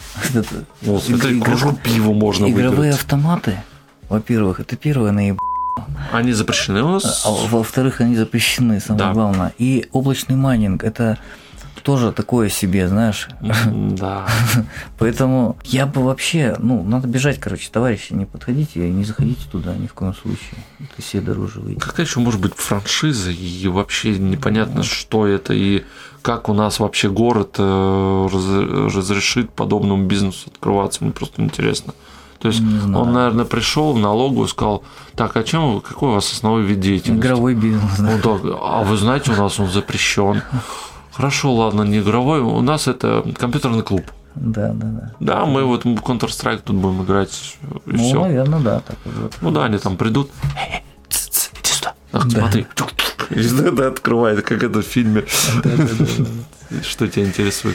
кружку пива можно выиграть. Игровые автоматы, во-первых, это первое наеб... Они запрещены у нас? А во-вторых, они запрещены, самое главное. И облачный майнинг – это тоже такое себе, знаешь. Да. Поэтому я бы вообще, надо бежать, короче, товарищи, не подходите и не заходите туда ни в коем случае. Это себе дороже выйдет. Какая еще может быть франшиза, и вообще непонятно, что это, и как у нас вообще город разрешит подобному бизнесу открываться, мне просто интересно. То есть он, наверное, пришел в налоговую и сказал: так, а какой у вас основной вид деятельности? Игровой бизнес. Да. А вы знаете, у нас он запрещен. Хорошо, ладно, не игровой, у нас это компьютерный клуб. Да. Да, мы вот Counter-Strike тут будем играть, и все. Наверное, да. Так вот. Ну да, они там придут. Иди сюда. Смотри. Да, открывает, как это в фильме. Что тебя интересует?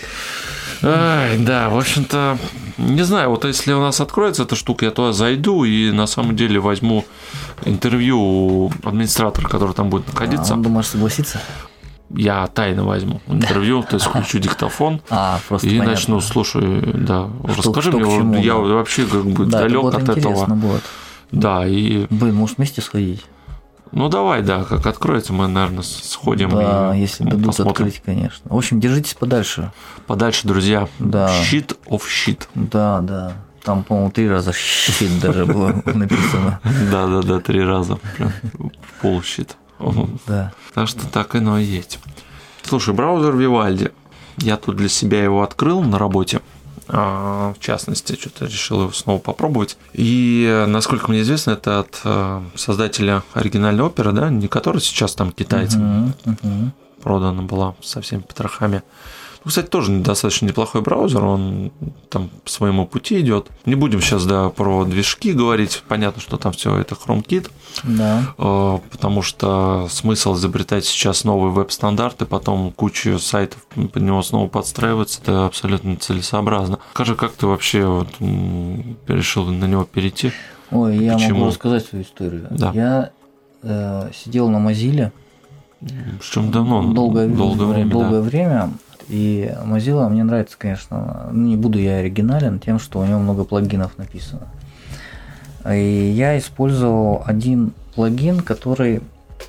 Да, в общем-то, не знаю, вот если у нас откроется эта штука, я туда зайду и на самом деле возьму интервью у администратора, который там будет находиться. Он, думаешь, согласится? Я тайно возьму интервью, то есть включу диктофон и начну, слушай, да, расскажи мне, я вообще как бы далек от этого. Будет. Да, и... Блин, может вместе сходить? Ну, давай, да, как откроется, мы, наверное, сходим. Да, если дадут посмотрим. Открыть, конечно. В общем, держитесь подальше. Подальше, друзья. Да. Shit of shit. Да. Там, по-моему, 3 раза щит даже было написано. Да, 3 раза. Прям полщит. Да. Так что так оно и есть. Слушай, браузер Vivaldi. Я тут для себя его открыл на работе. В частности, что-то решил его снова попробовать. И, насколько мне известно, это от создателя оригинальной оперы, да, не которая сейчас там китайцам продана была со всеми потрохами. Ну, кстати, тоже достаточно неплохой браузер, он там по своему пути идет. Не будем сейчас, про движки говорить. Понятно, что там все это HromeKit. Да. Потому что смысл изобретать сейчас новый веб-стандарт и потом кучу сайтов под него снова подстраиваться, это абсолютно целесообразно. Скажи, как ты вообще решил на него перейти? Ой, я могу рассказать свою историю. Да. Я сидел на Mozilla. Причем давно, долгое время. И Mozilla мне нравится, конечно, не буду я оригинален тем, что у него много плагинов написано. И я использовал один плагин, который,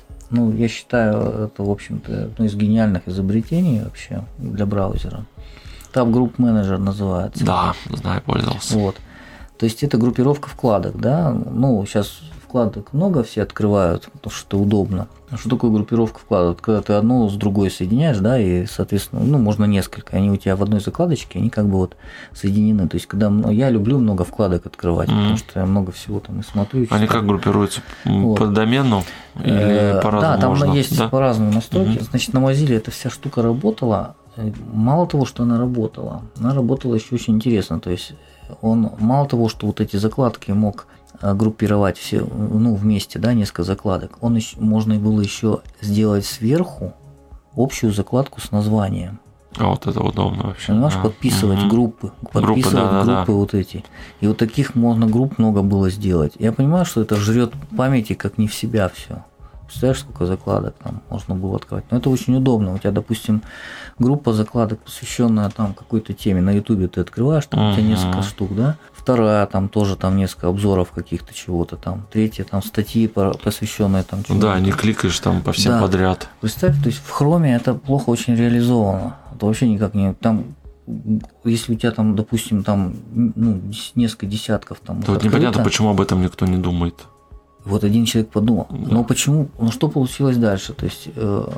я считаю, это, в общем-то, одно из гениальных изобретений вообще для браузера. Tab Group Manager называется. Да, знаю, пользовался. Вот. То есть это группировка вкладок, да. Сейчас вкладок много все открывают, потому что это удобно. А что такое группировка вкладок? Когда ты одну с другой соединяешь, да, и, соответственно, можно несколько. Они у тебя в одной закладочке, они как бы вот соединены. То есть, когда я люблю много вкладок открывать, потому что я много всего там и смотрю. Они как группируются? По домену или по-разному? Да, там можно? есть по-разному настройки. Значит, на Mozilla эта вся штука работала. Мало того, что она работала еще очень интересно. То есть, он мало того, что вот эти закладки мог группировать все, вместе, да, несколько закладок, можно было еще сделать сверху общую закладку с названием. А вот это удобно вообще. Понимаешь, подписывать группы, группы вот эти. И вот таких групп много было сделать. Я понимаю, что это жрет памяти как не в себя все. Представляешь, сколько закладок там можно было открывать. Но это очень удобно. У тебя, допустим, группа закладок, посвященная там какой-то теме. На Ютубе ты открываешь, там у тебя несколько штук, да? Вторая, там тоже там несколько обзоров каких-то чего-то там. Третья, там статьи, посвященные там чему-то. Да, не кликаешь там по всем подряд. Представь, то есть в Chrome это плохо очень реализовано. Это вообще никак не... Там, если у тебя там, допустим, там несколько десятков там... То вот непонятно, почему об этом никто не думает. Вот один человек подумал. Да. Но почему? Что получилось дальше? То есть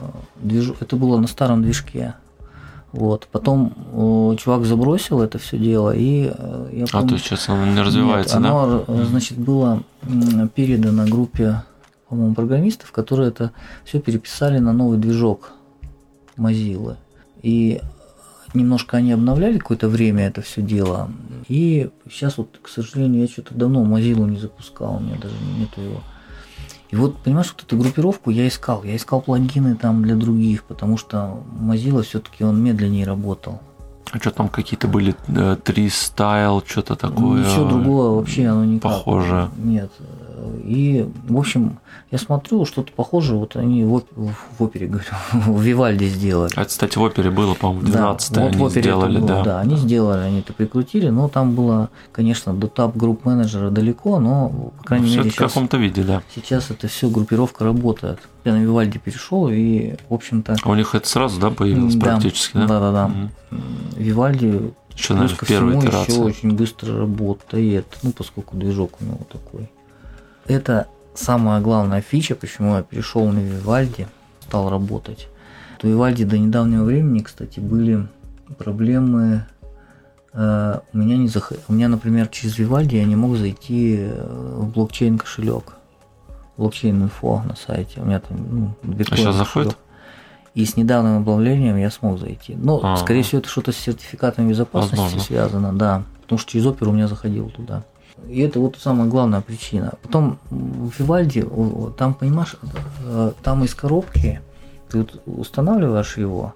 это было на старом движке. Вот. Потом чувак забросил это все дело, и я помню, то есть сейчас оно не развивается, нет, оно, значит, было передано группе, по-моему, программистов, которые это все переписали на новый движок Mozilla. И немножко они обновляли какое-то время это все дело. И сейчас вот, к сожалению, я что-то давно Mozilla не запускал, у меня даже нету его. И вот, понимаешь, вот эту группировку я искал. Я искал плагины там для других, потому что Mozilla все-таки он медленнее работал. А что там какие-то были Tree-Style, что-то такое? Ничего другого вообще оно никак. Похоже. Нет. И, в общем, я смотрю, что-то похожее, вот они в опере, говорю, в Вивальди сделали. А это, кстати, в опере было, по-моему, 12-е да, вот они сделали, было, да. Да, они сделали, они это прикрутили, но там было, конечно, до Tab Group Manager далеко, но, по крайней мере, сейчас, в каком-то виде, да. Сейчас это все группировка работает. Я на Вивальди перешел, и, в общем-то... А у них это сразу, да, появилось практически, да? Да. Вивальди, еще, наверное, в первой итерации. Еще очень быстро работает, поскольку движок у него такой. Это самая главная фича, почему я перешел на Вивальди, стал работать. У Вивальди до недавнего времени, кстати, были проблемы. У меня, например, через Вивальди я не мог зайти в блокчейн кошелек, блокчейн-инфо на сайте. У меня там а сейчас заходит? И с недавним обновлением я смог зайти. Но, скорее всего, это что-то с сертификатами безопасности связано, да. Потому что через оперу у меня заходил туда. И это вот самая главная причина. Потом в Вивальди, там, понимаешь, там из коробки ты вот устанавливаешь его,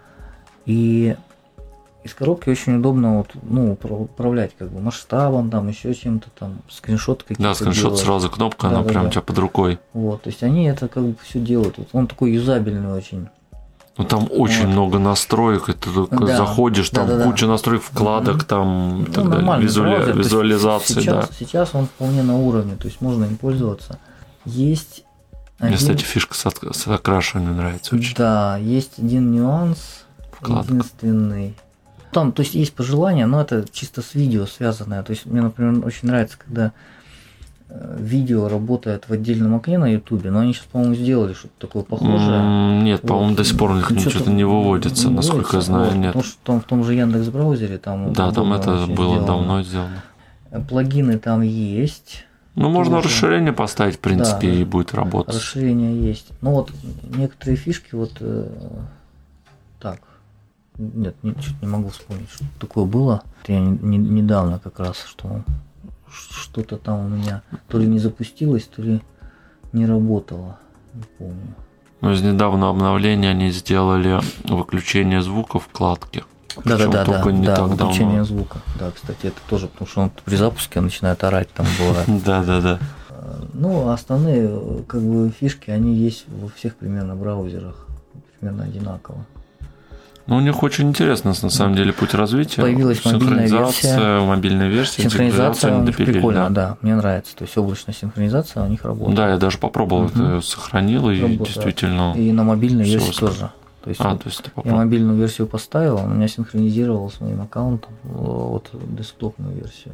и из коробки очень удобно управлять как бы масштабом, там еще чем-то, там скриншот какие-то. Да, скриншот делать. Сразу кнопка, она прям у тебя под рукой. Вот, то есть они это как бы все делают. Вот он такой юзабельный очень. Там очень много настроек, и ты только заходишь, там куча настроек, вкладок, там и так далее, визуализации, Сейчас он вполне на уровне, то есть можно им пользоваться. Есть мне, кстати, фишка с окрашиванием нравится очень. Да, есть один нюанс, единственный. Там, то есть есть пожелания, но это чисто с видео связанное. То есть мне, например, очень нравится, когда видео работает в отдельном окне на Ютубе, но они сейчас, по-моему, сделали что-то такое похожее. Нет, вот. По-моему, до сих пор у них ничего не выводится, насколько я знаю, нет. Потому что в том же Яндекс.Браузере там... Да, там это было давно сделано. Плагины там есть. Можно расширение поставить, в принципе, и будет работать. Расширение есть. Ну вот некоторые фишки так. Нет, чуть не могу вспомнить, что такое было. Я недавно как раз, что-то там у меня то ли не запустилось, то ли не работало. Не помню. Но из недавнего обновления они сделали выключение звука вкладки. Да, выключение звука. Да, кстати, это тоже, потому что он при запуске начинает орать там бывает. Да. Ну, основные как бы фишки, они есть во всех примерно браузерах, примерно одинаково. Ну, у них очень интересно, на самом деле, путь развития. Появилась мобильная версия, синхронизация у них допилили, прикольно, да, мне нравится. То есть облачная синхронизация у них работает. Да, я даже попробовал, это сохранил, и действительно. И на мобильной версии тоже. То есть, я мобильную версию поставил, он у меня синхронизировал с моим аккаунтом вот десктопную версию.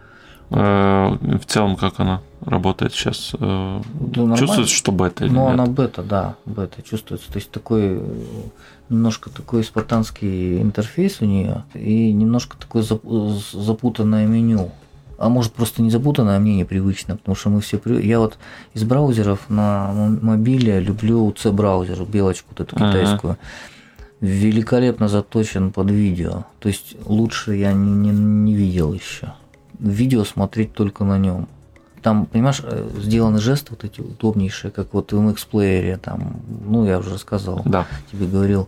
В целом, как она работает сейчас? Чувствуется, что бета или нет? Она бета, да, бета чувствуется. То есть такой немножко такой спартанский интерфейс у нее и немножко такое запутанное меню. А может, просто не запутанное, а мне непривычно, потому что мы все... Я вот из браузеров на мобиле люблю C-браузер, белочку вот эту китайскую. Великолепно заточен под видео. То есть лучше я не видел еще. Видео смотреть только на нем. Там, понимаешь, сделаны жесты вот эти удобнейшие, как вот в MX-плеере, там, я уже рассказывал, тебе говорил,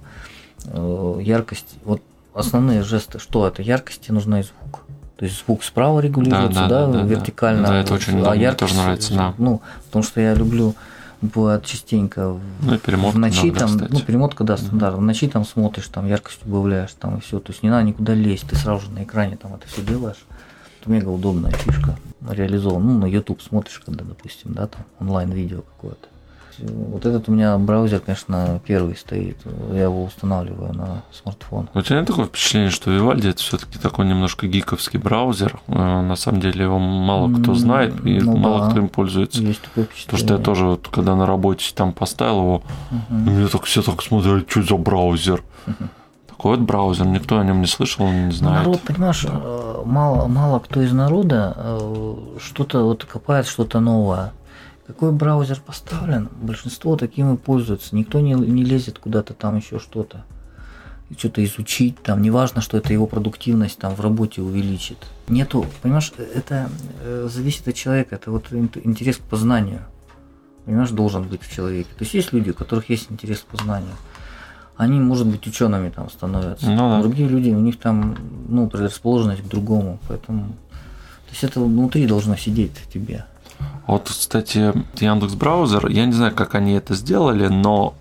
яркость, вот основные жесты, что это? Яркости нужна и звук. То есть звук справа регулируется, вертикально. Да, это очень удобно, мне тоже нравится, да. Потому что я люблю бывает частенько в ночи, там, перемотка, да, стандарт. В ночи там смотришь, там яркость убавляешь, там и все. То есть не надо никуда лезть, ты сразу же на экране там это все делаешь. Это мега удобная фишка реализована. На YouTube смотришь, когда, допустим, да, там онлайн-видео какое-то. Вот этот у меня браузер, конечно, первый стоит. Я его устанавливаю на смартфон. У тебя нет такое впечатление, что Vivaldi это все-таки такой немножко гиковский браузер? На самом деле его мало кто знает и мало кто им пользуется. Есть такое впечатление. Потому что я тоже, вот, когда на работе там поставил его, мне так все так смотрели, что за браузер. Такой вот браузер, никто о нем не слышал, не знает. Народ, понимаешь, мало кто из народа что-то вот копает, что-то новое. Какой браузер поставлен, большинство таким и пользуется. Никто не лезет куда-то там еще что-то изучить, там, неважно, что это его продуктивность там в работе увеличит. Нету, понимаешь, это зависит от человека, это вот интерес к познанию, понимаешь, должен быть в человеке. То есть люди, у которых есть интерес к познанию, они, может быть, учеными там становятся. Другие люди, у них там, предрасположенность к другому, поэтому, то есть это внутри должно сидеть в тебе. Вот, кстати, Яндекс.Браузер, я не знаю, как они это сделали, но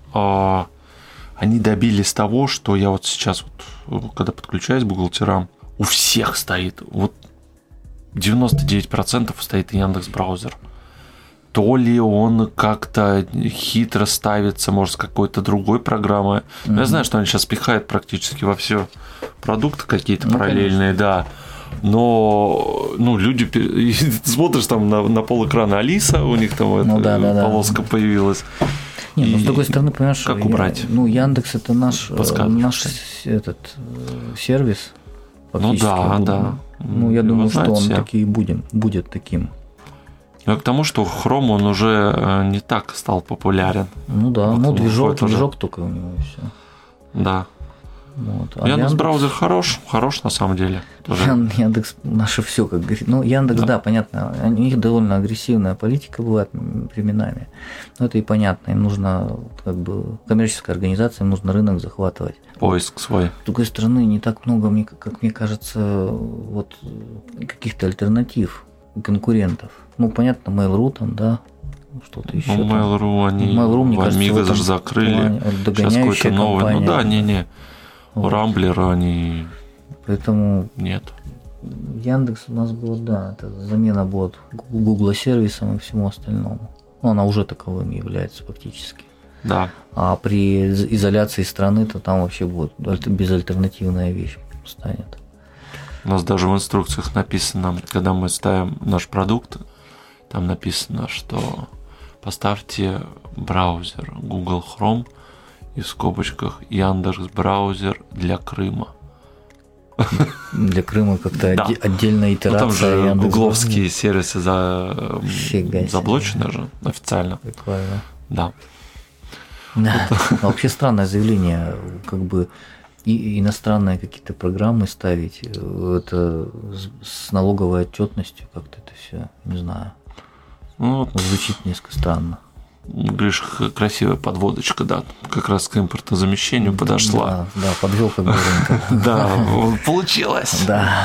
они добились того, что я вот сейчас, когда подключаюсь к бухгалтерам, у всех стоит, 99% стоит Яндекс.Браузер. То ли он как-то хитро ставится, может, с какой-то другой программой. Я знаю, что они сейчас пихают практически во все продукты какие-то параллельные, конечно. Да. Но люди смотришь там на полэкрана Алиса, у них там полоска появилась. Не, с другой стороны, понимаешь, как убрать? Яндекс это наш этот сервис. Да. Я думаю, что он таки будет таким. Но к тому, что Chrome он уже не так стал популярен. Движок только у него и все. Да. Яндекс.Браузер хорош на самом деле. Яндекс наше все, как говорит. Яндекс, да, понятно. У них довольно агрессивная политика бывает временами. Но это и понятно. Им нужно, коммерческая организация, им нужно рынок захватывать. Поиск свой. С другой стороны, не так много, как мне кажется, каких-то альтернатив, конкурентов. Понятно, Mail.ru там, да, что-то еще. Mail.ru они в Amiga даже закрыли. Сейчас какой-то новый. Компания. Рамблер они. Поэтому нет. Яндекс у нас был, это замена будет Гугла сервисом и всему остальному. Она уже таковым является фактически. Да. А при изоляции страны, то там вообще будет безальтернативная вещь станет. У нас даже в инструкциях написано, когда мы ставим наш продукт, там написано, что поставьте браузер Google Chrome и в скобочках Яндекс.Браузер для Крыма. Для Крыма как-то отдельная итерация. Там же гугловские сервисы заблочены же официально. Прикольно. Да. Вообще странное заявление, и иностранные какие-то программы ставить, это с налоговой отчетностью как-то это все, не знаю. Звучит несколько странно. Гриш, красивая подводочка, да, как раз к импортозамещению подошла. Да, подвел как бы рынок. Да, получилось. Да.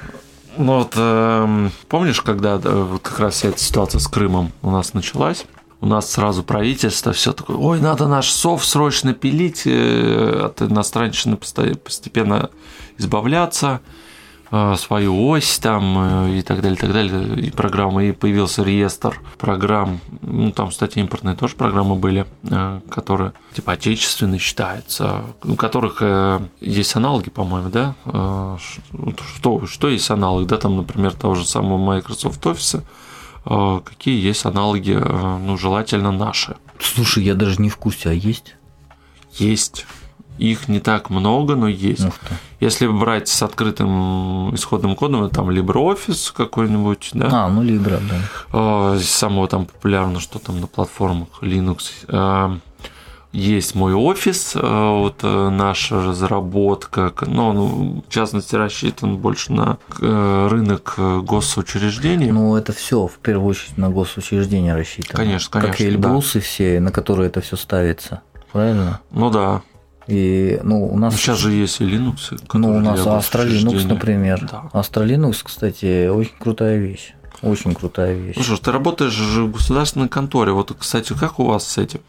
Помнишь, когда как раз вся эта ситуация с Крымом у нас началась, у нас сразу правительство все такое: ой, надо наш софт срочно пилить, от иностранщины постепенно избавляться, свою ось там и так далее, и программы, и появился реестр программ, ну там, кстати, импортные тоже программы были, которые типа отечественные считаются, у которых есть аналоги, по-моему, да, что есть аналог, да, там, например, того же самого Microsoft Office, какие есть аналоги, ну, желательно наши. Слушай, я даже не в курсе, а есть? Есть. Их не так много, но есть. Если брать с открытым исходным кодом, там LibreOffice какой-нибудь, да? Ну Libre, да. Самого там популярного, что там на платформах Linux. Есть мой офис, вот наша разработка, ну, в частности, рассчитан больше на рынок госучреждений. Ну, это все в первую очередь на госучреждения рассчитано. Конечно. Как и Эльбрусы все, на которые это все ставится. Правильно? Ну да. И, ну, у нас сейчас же есть и Linux. Ну, у нас Astra Linux, например. Да. Astra Linux, кстати, очень крутая вещь. Очень крутая вещь. Ну что ж, ты работаешь же в государственной конторе. Вот, кстати, как у вас с этим?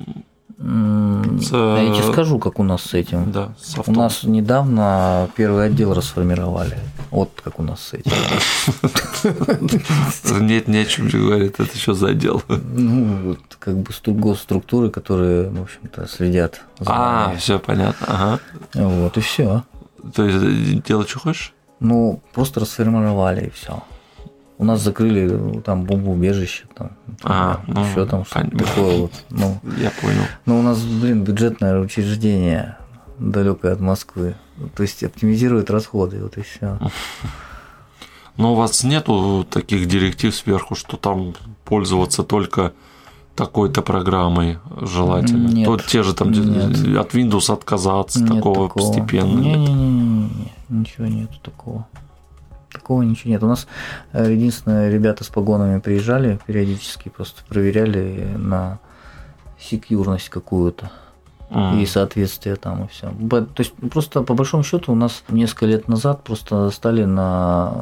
Я тебе скажу, как у нас с этим. Да, у нас недавно первый отдел расформировали. Вот как у нас с этим. Нет, ни о чем не говорит. Это что за отдел? Ну, вот как бы госструктуры, которые, в общем-то, следят за нами. Все понятно. Ага. Вот и все. То есть делать, что хочешь? Ну, просто расформировали и все. У нас закрыли там бомбоубежище, там, еще там что-то такое вот. Ну, я понял. Ну, у нас, бюджетное учреждение, далекое от Москвы. То есть оптимизирует расходы, вот и все. Но у вас нету таких директив сверху, что там пользоваться только такой-то программой желательно? Нет. То те же там от Windows отказаться, нет такого постепенно. Не, ничего нету такого. Такого ничего нет. У нас единственное, ребята с погонами приезжали периодически, просто проверяли на секьюрность какую-то и соответствие там и все. То есть просто по большому счету у нас несколько лет назад просто стали на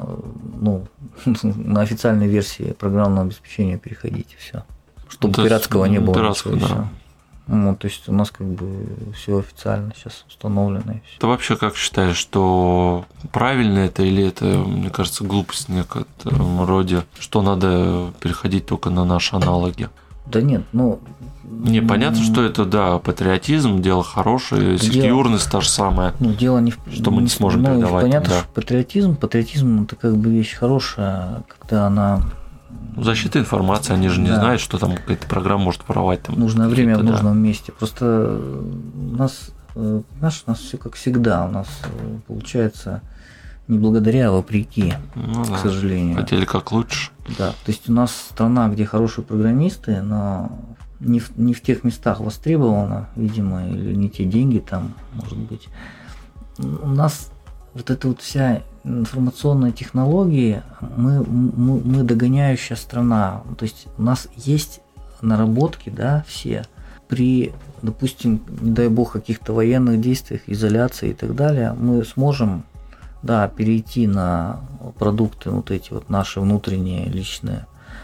официальной версии программного обеспечения переходить и все, чтобы пиратского не было. Пиратского, да. Ну, то есть у нас как бы все официально сейчас установлено. И всё. Ты вообще как считаешь, что правильно это или это, мне кажется, глупость в некотором роде, что надо переходить только на наши аналоги? Да нет, Не, понятно, что это, да, патриотизм, дело хорошее, секьюрность та же самая, дело не в... что мы не сможем передавать. Понятно, что патриотизм – это как бы вещь хорошая, когда она… Защита информации, они же не знают, что там какая-то программа может воровать. Там нужное время в нужном месте. Просто у нас все как всегда. У нас получается не благодаря, а вопреки, к сожалению. Хотели как лучше. Да, то есть у нас страна, где хорошие программисты, но не в тех местах востребована, видимо, или не те деньги там, может быть. У нас вот эта вот вся информационные технологии, мы догоняющая страна. То есть у нас есть наработки, да, все. При, допустим, не дай бог, каких-то военных действиях, изоляции и так далее, мы сможем, да, перейти на продукты вот эти вот наши внутренние, личные.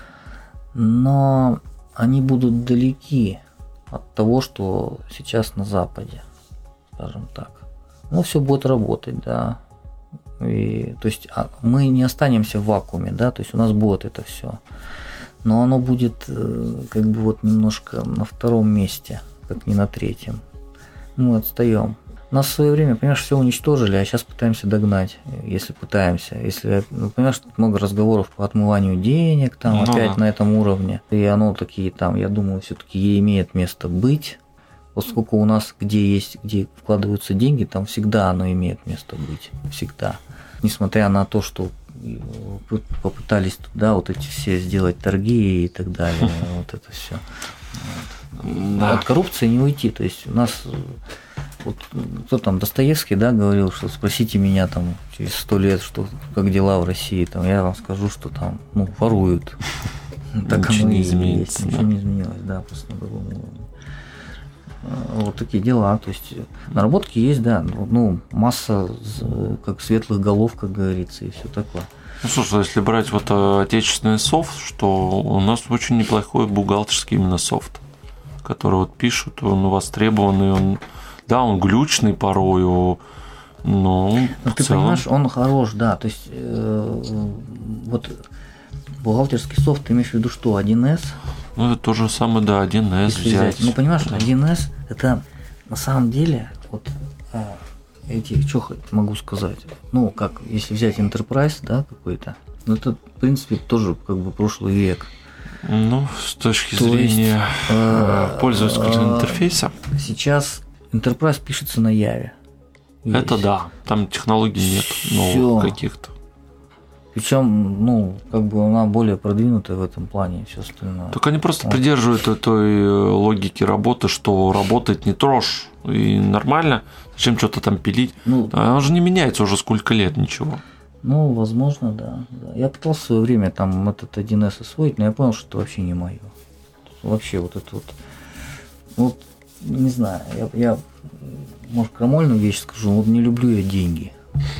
Но они будут далеки от того, что сейчас на Западе, скажем так. Но все будет работать, да. И, то есть мы не останемся в вакууме, да, то есть у нас будет это все, но оно будет как бы вот немножко на втором месте, как не на третьем. Мы отстаем. Нас в свое время, понимаешь, все уничтожили, а сейчас пытаемся догнать, если пытаемся. Если, понимаешь, тут много разговоров по отмыванию денег, там опять на этом уровне, и оно такие там, я думаю, все-таки имеет место быть. Поскольку у нас где вкладываются деньги, там всегда оно имеет место быть. Всегда. Несмотря на то, что попытались туда вот эти все сделать торги и так далее. Вот это все. Да. От коррупции не уйти. То есть у нас вот, кто там, Достоевский, да, говорил, что спросите меня там через 100 лет, что, как дела в России, там, я вам скажу, что там воруют. Так ничего не изменится. Ничего не изменилось, да, просто на другом уровне. Вот такие дела. То есть наработки есть, да. Ну, масса как светлых голов, как говорится, и все такое. Ну, слушай, если брать вот отечественный софт, что у нас очень неплохой бухгалтерский именно софт, который вот пишут, он востребованный, он глючный порою, но ты целом... понимаешь, он хорош, да. То есть вот бухгалтерский софт, ты имеешь в виду что, 1С? Ну, это то же самое, да, 1С взять. Ну, понимаешь, да. 1С это на самом деле вот что могу сказать? Ну, как если взять Enterprise, да, какой-то, ну, это, в принципе, тоже как бы прошлый век. Ну, с точки зрения пользовательского интерфейса. Сейчас Enterprise пишется на Java. Это да, там технологий нет новых каких-то. Причем, ну, как бы она более продвинутая в этом плане и все остальное. Только они просто придерживают той логики работы, что работает не трожь и нормально, зачем что-то там пилить. Ну, он же не меняется уже сколько лет, ничего. Ну, возможно, да. Я пытался в свое время там этот 1С освоить, но я понял, что это вообще не мое. Вообще вот это вот, не знаю, я может, крамольную вещь скажу, вот не люблю я деньги.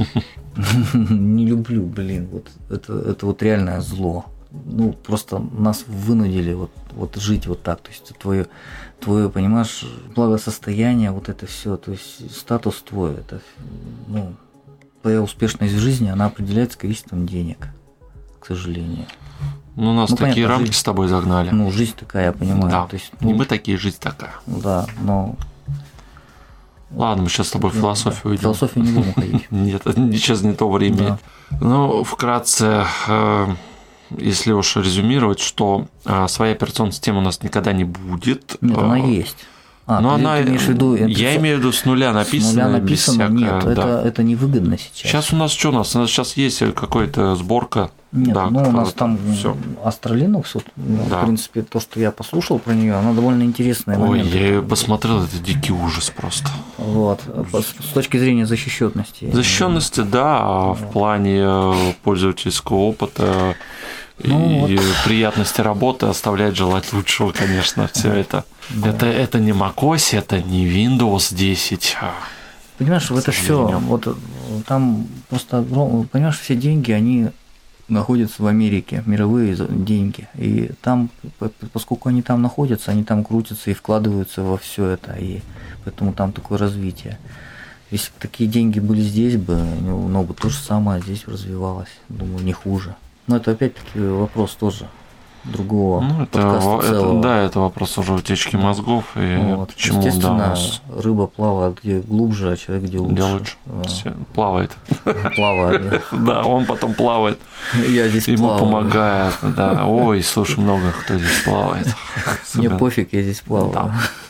Не люблю, блин, вот это вот реальное зло. Ну, просто нас вынудили вот жить вот так. То есть твое, понимаешь, благосостояние, вот это все, то есть статус твой, это, ну, твоя успешность в жизни, она определяется количеством денег, к сожалению. Ну, нас такие рамки с тобой загнали. Ну, жизнь такая, я понимаю. Да, то есть, не мы такие, жизнь такая. Да, но... Ладно, мы сейчас с тобой в философию уйдем. Философию не будем ходить. Нет, сейчас не то время. Да. Ну, вкратце, если уж резюмировать, что своей операционной системы у нас никогда не будет. Нет, она есть. Но она, я имею в виду с нуля написано, без всякого. Нет, это невыгодно сейчас. Сейчас у нас что у нас? У нас сейчас есть какая-то сборка. Нет, да, у нас там Astra Linux, вот, да. В принципе, то, что я послушал про нее, она довольно интересная. Ой, я ее посмотрел, это дикий ужас просто. Вот, с точки зрения защищенности. Защищенности, да, в плане пользовательского опыта. Ну, и приятности работы оставляет желать лучшего, конечно, все это. Да. Это не macOS, это не Windows 10. Понимаешь, это все, вот там просто, понимаешь, все деньги, они находятся в Америке, мировые деньги. И там, поскольку они там находятся, они там крутятся и вкладываются во все это, и поэтому там такое развитие. Если бы такие деньги были здесь бы, ну, бы то же самое здесь развивалось, думаю, не хуже. Но это опять-таки вопрос тоже другого. Ну, это вопрос уже утечки мозгов. И вот. Почему, естественно, рыба плавает где глубже, а человек где лучше. Где лучше. Плавает. Плавает. Да, он потом плавает. Я здесь плаваю. Ему помогает. Да. Ой, слушай, много кто здесь плавает. Мне пофиг, я здесь плаваю.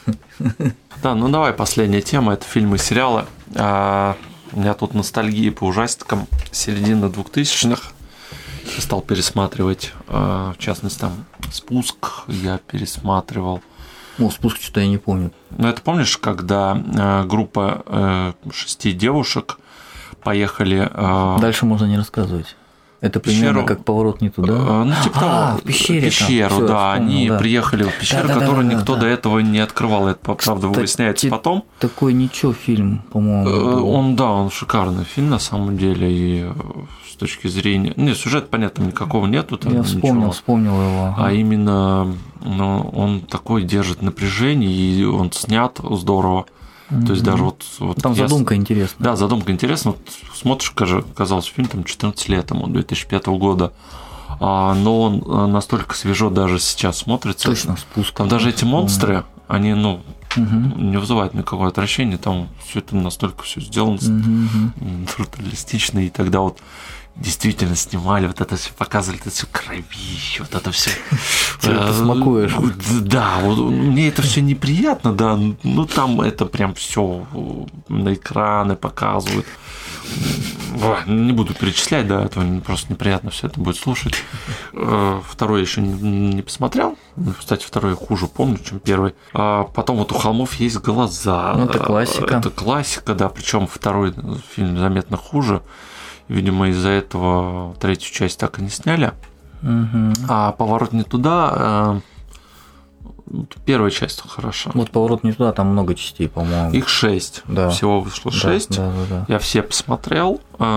Да, ну давай последняя тема. Это фильмы и сериалы. У меня тут ностальгия по ужастикам середины 2000-х. Я стал пересматривать, в частности, там «Спуск» я пересматривал. «Спуск» что-то я не помню. Ну, это помнишь, когда группа 6 девушек поехали... Дальше можно не рассказывать. Это примерно как «Поворот не туда». Ну, типа того. В пещере. Пещеру, там. Да. Они приехали в пещеру, которую никто до этого не открывал. Это, правда, Кстати, выясняется потом. Такой ничего фильм, по-моему. Он шикарный фильм, на самом деле, и с точки зрения... Нет, сюжет, понятно, никакого нету. Там я вспомнил его. А именно он такой держит напряжение, и он снят здорово. То есть даже вот там задумка интересная. Да, задумка интересная. Вот смотришь, казалось, фильм там 14 лет, ему 2005 года. Но он настолько свежо даже сейчас смотрится. Точно, «Спуск». Там даже эти монстры, они, не вызывают никакого отвращения. Там все это настолько все сделано натуралистично, и тогда вот действительно снимали, вот это все показывали, это все кровище, вот это все. Ты смакуешь. Да, вот мне это все неприятно, да, ну там это прям все на экраны показывают. Не буду перечислять, да, это просто неприятно все это будет слушать. Второй я еще не посмотрел. Кстати, второй хуже помню, чем первый. Потом вот «У холмов есть глаза». Ну, это классика. Это классика, да, причем второй фильм заметно хуже. Видимо, из-за этого третью часть так и не сняли. А «Поворот не туда», Первая часть хороша. Вот «Поворот не туда», там много частей, по-моему. Их 6. Да. Всего вышло 6. Да. Я все посмотрел.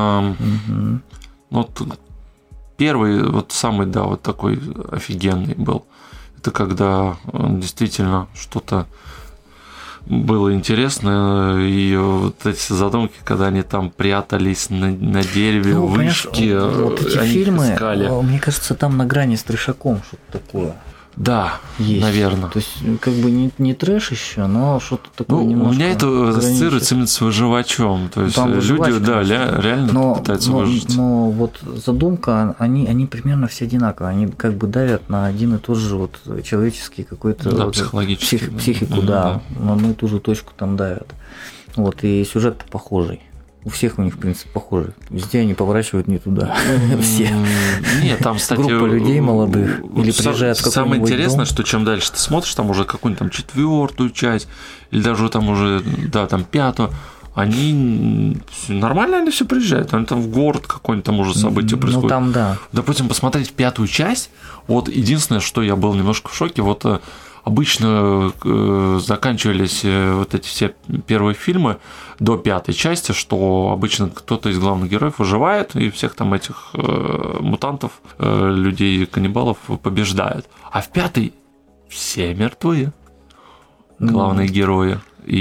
Вот первый, вот самый, да, вот такой офигенный был. Это когда действительно что-то было интересно, и вот эти задумки, когда они там прятались на дереве, вышки, вот эти они фильмы, искали. Мне кажется, там на грани с трешаком что-то такое. Да, есть. наверное. То есть, как бы не трэш еще, но что-то такое немножко. У меня это ассоциируется именно с выживачом. То есть люди, да, реально пытаются выжить. Но вот задумка, они примерно все одинаковые. Они как бы давят на один и тот же вот человеческий какой-то да, психологический, психику, да, на одну и ту же точку там давят. Вот, и сюжет похожий. У всех у них, в принципе, похожи. Везде они поворачивают не туда. Все. Нет, там, кстати, группа людей молодых. Или приезжают в какой-нибудь самое интересное, дом. что чем дальше ты смотришь, там уже какую-нибудь там 4-ю часть, или даже там уже, да, там 5-ю, они нормально они все приезжают, они там в город какой-нибудь там уже событие происходит. Ну там да. Допустим, посмотреть 5-ю часть, вот единственное, что я был немножко в шоке, вот обычно заканчивались вот эти все первые фильмы до 5-й части, что обычно кто-то из главных героев выживает и всех там этих мутантов, людей, каннибалов побеждает. А в 5-й все мертвые, главные герои.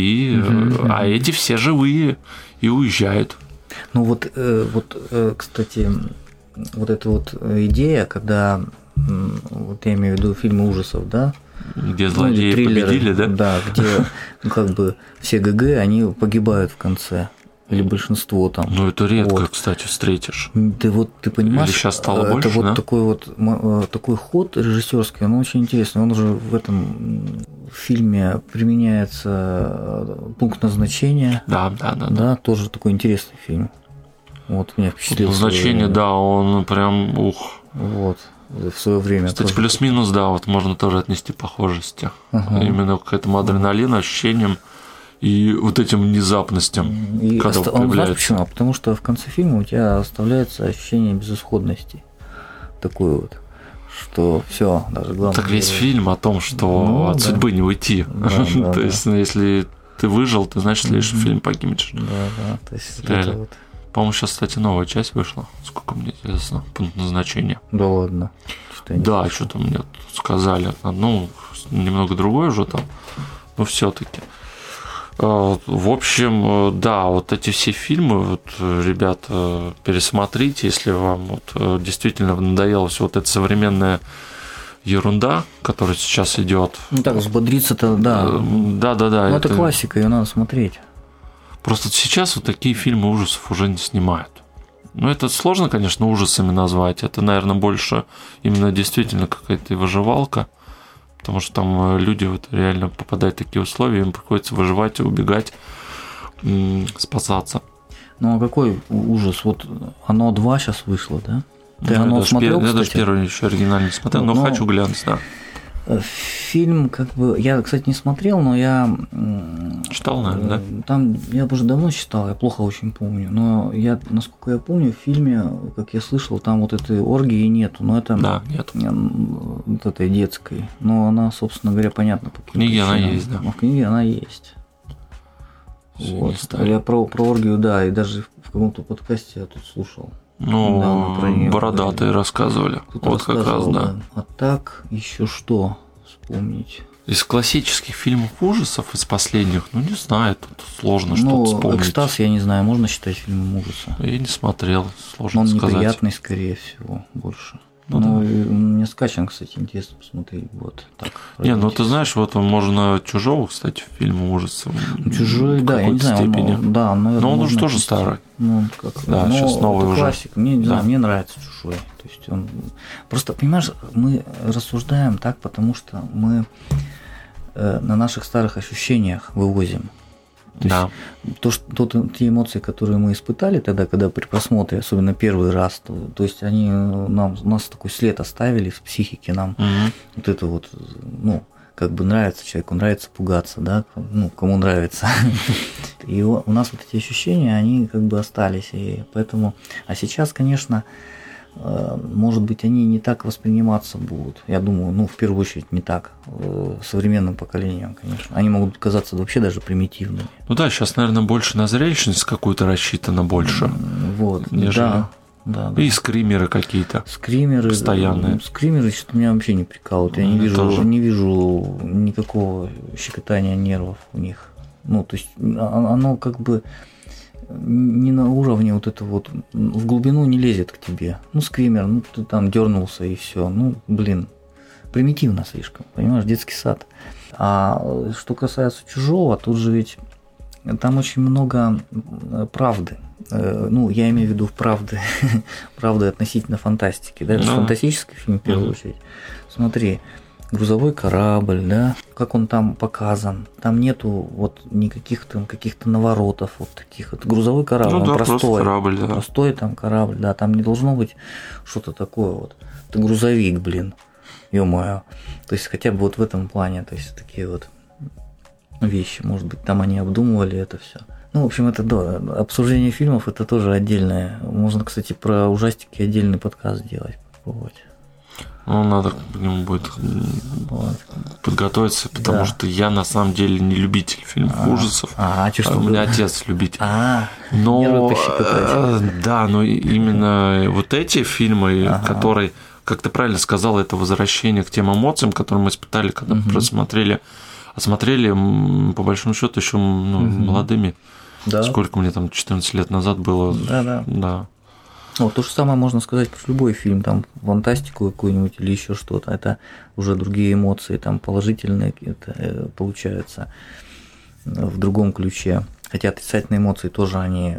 А эти все живые и уезжают. Ну вот, кстати, вот эта вот идея, когда, вот я имею в виду фильмы ужасов, да, где злодеи победили, да? Да, где как бы все ГГ, они погибают в конце. Или большинство там. Ну, это редко, кстати, встретишь. Да вот ты понимаешь, или сейчас стало больше, это да? вот такой ход режиссерский, он очень интересный. Он уже в этом фильме применяется пункт назначения. Да, тоже такой интересный фильм. Вот меня впечатлил. Пункт назначения, да, он прям Вот. В свое время. Кстати, плюс-минус, да, вот можно тоже отнести похожести. Именно к этому адреналину, ощущениям и вот этим внезапностям, когда он появляется. Почему? Потому что в конце фильма у тебя оставляется ощущение безысходности. Такое вот. Что все, даже главное. Так весь фильм о том, что от судьбы не уйти. То есть, если ты выжил, ты, значит, в следующий фильм погибнешь. Да. То есть, это вот. По-моему, сейчас, кстати, новая часть вышла. Сколько мне известно, пункт назначения. Да ладно. Да, что-то мне сказали. Ну, немного другое уже там, но все-таки. В общем, да, вот эти все фильмы, вот, ребят, пересмотрите, если вам вот действительно надоела все вот эта современная ерунда, которая сейчас идет. Ну так, взбодриться-то, да. Да. Ну, это классика, ее надо смотреть. Просто сейчас вот такие фильмы ужасов уже не снимают. Ну, это сложно, конечно, ужасами назвать. Это, наверное, больше именно действительно какая-то выживалка. Потому что там люди вот реально попадают в такие условия, им приходится выживать, убегать, спасаться. Ну, а какой ужас? Вот «Оно 2» сейчас вышло, да? Ты «Оно» смотрел, кстати? Я даже первый еще оригинально не смотрел, но хочу глянуть, да. Фильм, как бы, я, кстати, не смотрел, но я... Читал, наверное, да? Там, я уже давно читал, я плохо очень помню, но я, насколько я помню, в фильме, как я слышал, там вот этой оргии нету, но это... Да, нет. Вот этой детской, но она, собственно говоря, понятна. В книге она есть, да. Но в книге она есть. Вот. Я про оргию, да, и даже в каком-то подкасте я тут слушал. Ну, бородатые рассказывали. Вот как раз, да. А так, еще что вспомнить? Из классических фильмов ужасов, из последних, ну, не знаю, тут сложно что-то вспомнить. «Экстаз», я не знаю, можно считать фильмом ужаса? Я не смотрел, сложно он сказать. Он неприятный, скорее всего, больше. Мне «Скачан», кстати, интересно посмотреть. Вот, так, не, ну ты знаешь, вот можно «Чужого», кстати, фильм ужасов. «Чужой», да, я не знаю, но он уже тоже старый. Да, сейчас новый уже. Классик. Мне, не знаю, мне нравится «Чужой». То есть он просто, понимаешь, мы рассуждаем так, потому что мы на наших старых ощущениях вывозим. То есть, те эмоции, которые мы испытали тогда, когда при просмотре, особенно первый раз, то есть они у нас такой след оставили в психике нам. Вот это вот, ну, как бы нравится человеку, нравится пугаться, да, ну, кому нравится. И у нас вот эти ощущения, они как бы остались, и поэтому... А сейчас, конечно, может быть, они не так восприниматься будут. Я думаю, в первую очередь не так. Современным поколением, конечно. Они могут казаться вообще даже примитивными. Ну да, сейчас, наверное, больше на зрелищность какую-то рассчитано больше. Вот, нежели... Да. И скримеры какие-то. Скримеры постоянные. Скримеры что-то меня вообще не прикалывают. Я не вижу никакого щекотания нервов у них. То есть оно как бы не на уровне вот это вот, в глубину не лезет к тебе. Скример, ты там дернулся и все. Примитивно слишком, понимаешь, детский сад. А что касается «Чужого», тут же ведь там очень много правды. Я имею в виду правды относительно фантастики. Да? Это же фантастический фильм в первую очередь. Смотри, грузовой корабль, да, как он там показан. Там нету вот никаких там каких-то наворотов вот таких. Это грузовой корабль, он простой. Корабль, да. Простой там корабль, да, там не должно быть что-то такое вот. Это грузовик, ё-моё. То есть хотя бы вот в этом плане, то есть такие вот вещи, может быть, там они обдумывали это все. В общем, это да, обсуждение фильмов это тоже отдельное. Можно, кстати, про ужастики отдельный подкаст сделать, попробовать. Надо к нему будет подготовиться, потому что я на самом деле не любитель фильмов ужасов. У меня отец любитель. Но именно вот эти фильмы, которые, как ты правильно сказал, это возвращение к тем эмоциям, которые мы испытали, когда просмотрели. А смотрели, по большому счету, еще молодыми. Да. Сколько мне там 14 лет назад было. Да. То же самое можно сказать про любой фильм, там фантастику какую-нибудь или еще что-то. Это уже другие эмоции, там положительные какие-то получаются в другом ключе. Хотя отрицательные эмоции тоже они,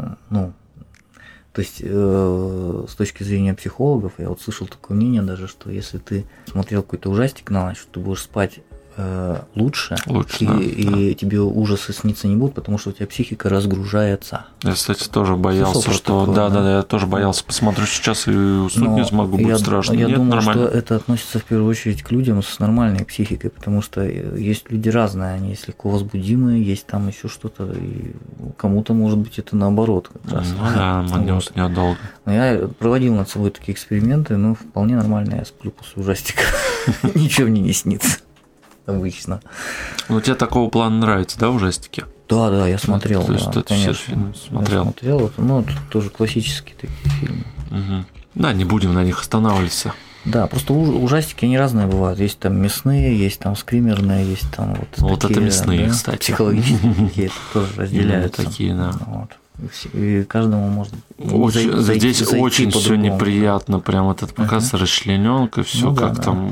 то есть с точки зрения психологов, я вот слышал такое мнение даже, что если ты смотрел какой-то ужастик на ночь, ты будешь спать лучше и тебе ужасы сниться не будут, потому что у тебя психика разгружается. Я, кстати, тоже боялся, что я тоже боялся, посмотрю сейчас и уснуть не смогу, будет страшно. Я думаю, нормально. что это относится в первую очередь к людям с нормальной психикой, потому что есть люди разные, они есть легко возбудимые, есть там еще что-то, и кому-то может быть это наоборот. Как раз. Не уснёт долго. Я проводил над собой такие эксперименты, вполне нормально, я сплю после ужастика, ничего мне не снится. Обычно. Тебе такого плана нравится, да, ужастики? Да, я смотрел. То есть ты все фильмы смотрел? Я смотрел, это тоже классические такие фильмы. Угу. Да, не будем на них останавливаться. Да, просто ужастики, они разные бывают. Есть там мясные, есть там скримерные, есть там вот такие, это мясные, кстати. Психологические какие-то тоже разделяются. Такие, да. И каждому может здесь очень все неприятно, прям этот показ расчленёнка, все там.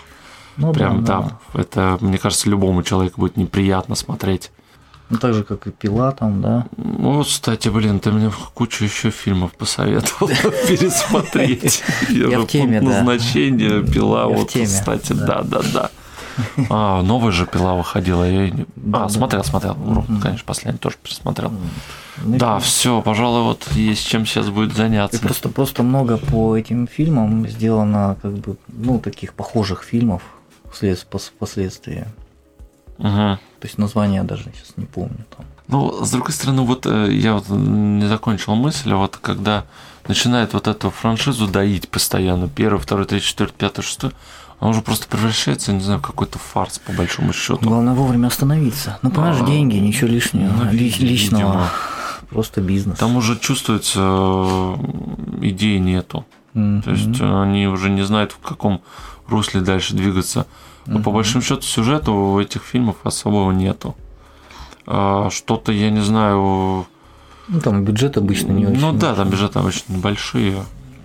Это, мне кажется, любому человеку будет неприятно смотреть. Так же, как и «Пила» там, да? Кстати, ты мне кучу еще фильмов посоветовал пересмотреть. Я в теме, да. Назначение, «Пила», кстати, да. Новая же «Пила» выходила. Смотрел. Конечно, последний тоже пересмотрел. Да, все, пожалуй, есть чем сейчас будет заняться. И просто много по этим фильмам сделано, таких похожих фильмов впоследствии. То есть название я даже сейчас не помню там. С другой стороны, я не закончил мысль, когда начинает эту франшизу доить постоянно, 1, 2, 3, 4, 5, 6, он уже просто превращается, не знаю, в какой-то фарс, по большому счету. Главное вовремя остановиться. Понимаешь, деньги, ничего лишнего, личного, просто бизнес. Там уже чувствуется, идеи нету. То есть они уже не знают, в каком русле дальше двигаться. Но по большому счету сюжета у этих фильмов особого нету. Что-то, я не знаю. Там бюджет обычно не очень. Там бюджеты обычно небольшие.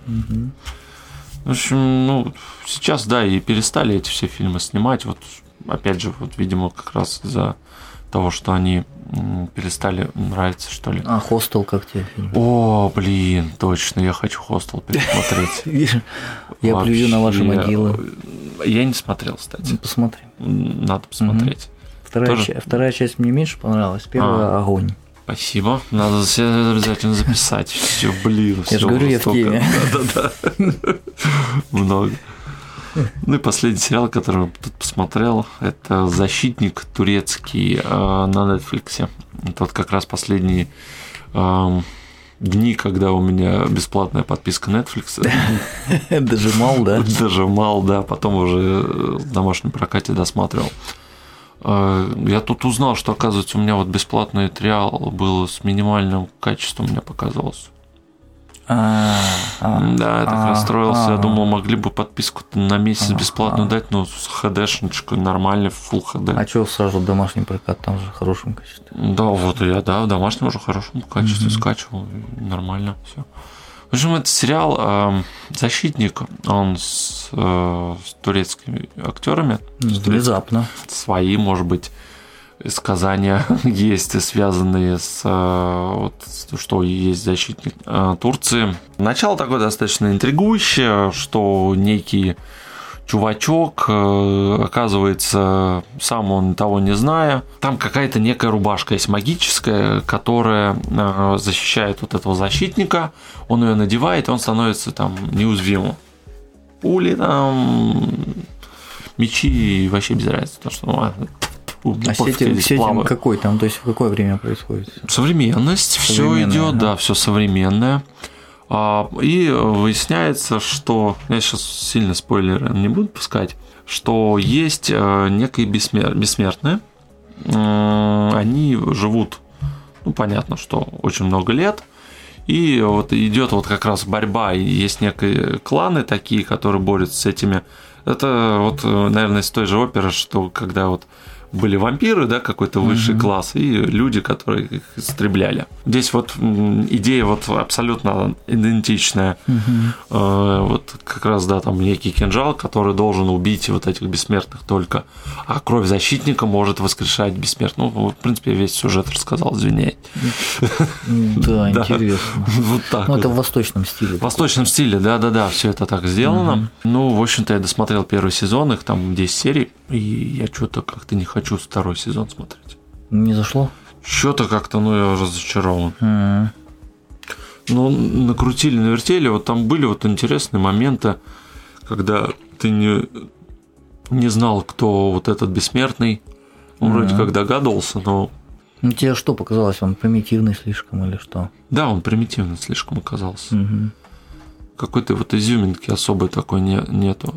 В общем, сейчас, и перестали эти все фильмы снимать. Опять же, видимо, как раз из-за того, что они перестали нравиться, что ли. «Хостел» как тебе фильм? Точно, я хочу «Хостел» пересмотреть. Я плюю на ваши могилы. Я не смотрел, кстати. Посмотри. Надо посмотреть. Вторая часть мне меньше понравилась, первая «Огонь». Спасибо. Надо обязательно записать. Все, Я же говорю, я в теме. Да. Много. И последний сериал, который я тут посмотрел, это «Защитник» турецкий на Netflix. Это как раз последний дни, когда у меня бесплатная подписка Netflix. Дожимал, да? Дожимал, да, потом уже в домашнем прокате досматривал. Я тут узнал, что, оказывается, у меня вот бесплатный триал был с минимальным качеством, мне показалось. Да, я так расстроился. Я думал, могли бы подписку на месяц бесплатную дать, но с HD-шничкой нормальный, Full HD. А что сразу домашний прокат, там же в хорошем качестве? Да, вот я, в домашнем уже в хорошем качестве скачивал, нормально все. В общем, это сериал «Защитник», он с турецкими актерами. Внезапно. Свои, может быть, сказания есть, связанные с вот, что есть защитник Турции. Начало такое достаточно интригующее, что некий чувачок, оказывается, сам он того не зная, там какая-то некая рубашка есть магическая, которая защищает вот этого защитника, он ее надевает, и он становится там неуязвимым. Пули там, мечи, вообще без разницы, потому что сеттинг какой там, то есть в какое время происходит? Современность, все идет, да, все современное. И выясняется, что, я сейчас сильно спойлеры не буду пускать, что есть некие бессмертные, они живут, ну, понятно, что очень много лет, и вот идет вот как раз борьба, и есть некие кланы такие, которые борются с этими. Это вот, наверное, из той же оперы, что когда вот были вампиры, да, какой-то высший класс, и люди, которые их истребляли. Здесь вот идея вот абсолютно идентичная. Вот как раз, да, там некий кинжал, который должен убить вот этих бессмертных только, а кровь защитника может воскрешать бессмертных. Ну, в принципе, я весь сюжет рассказал, извиняюсь. Да, интересно. Вот так. Ну, это в восточном стиле. В восточном стиле, да, все это так сделано. Ну, в общем-то, я досмотрел первый сезон, их там 10 серий, и я что-то как-то не хочу второй сезон смотреть. Не зашло? Что-то как-то, я разочарован. Ну, накрутили, навертели, вот там были вот интересные моменты, когда ты не знал, кто вот этот бессмертный. Он вроде как догадывался, но... Ну, тебе что показалось, он примитивный слишком или что? Да, он примитивный слишком оказался. Какой-то вот изюминки особой такой нету.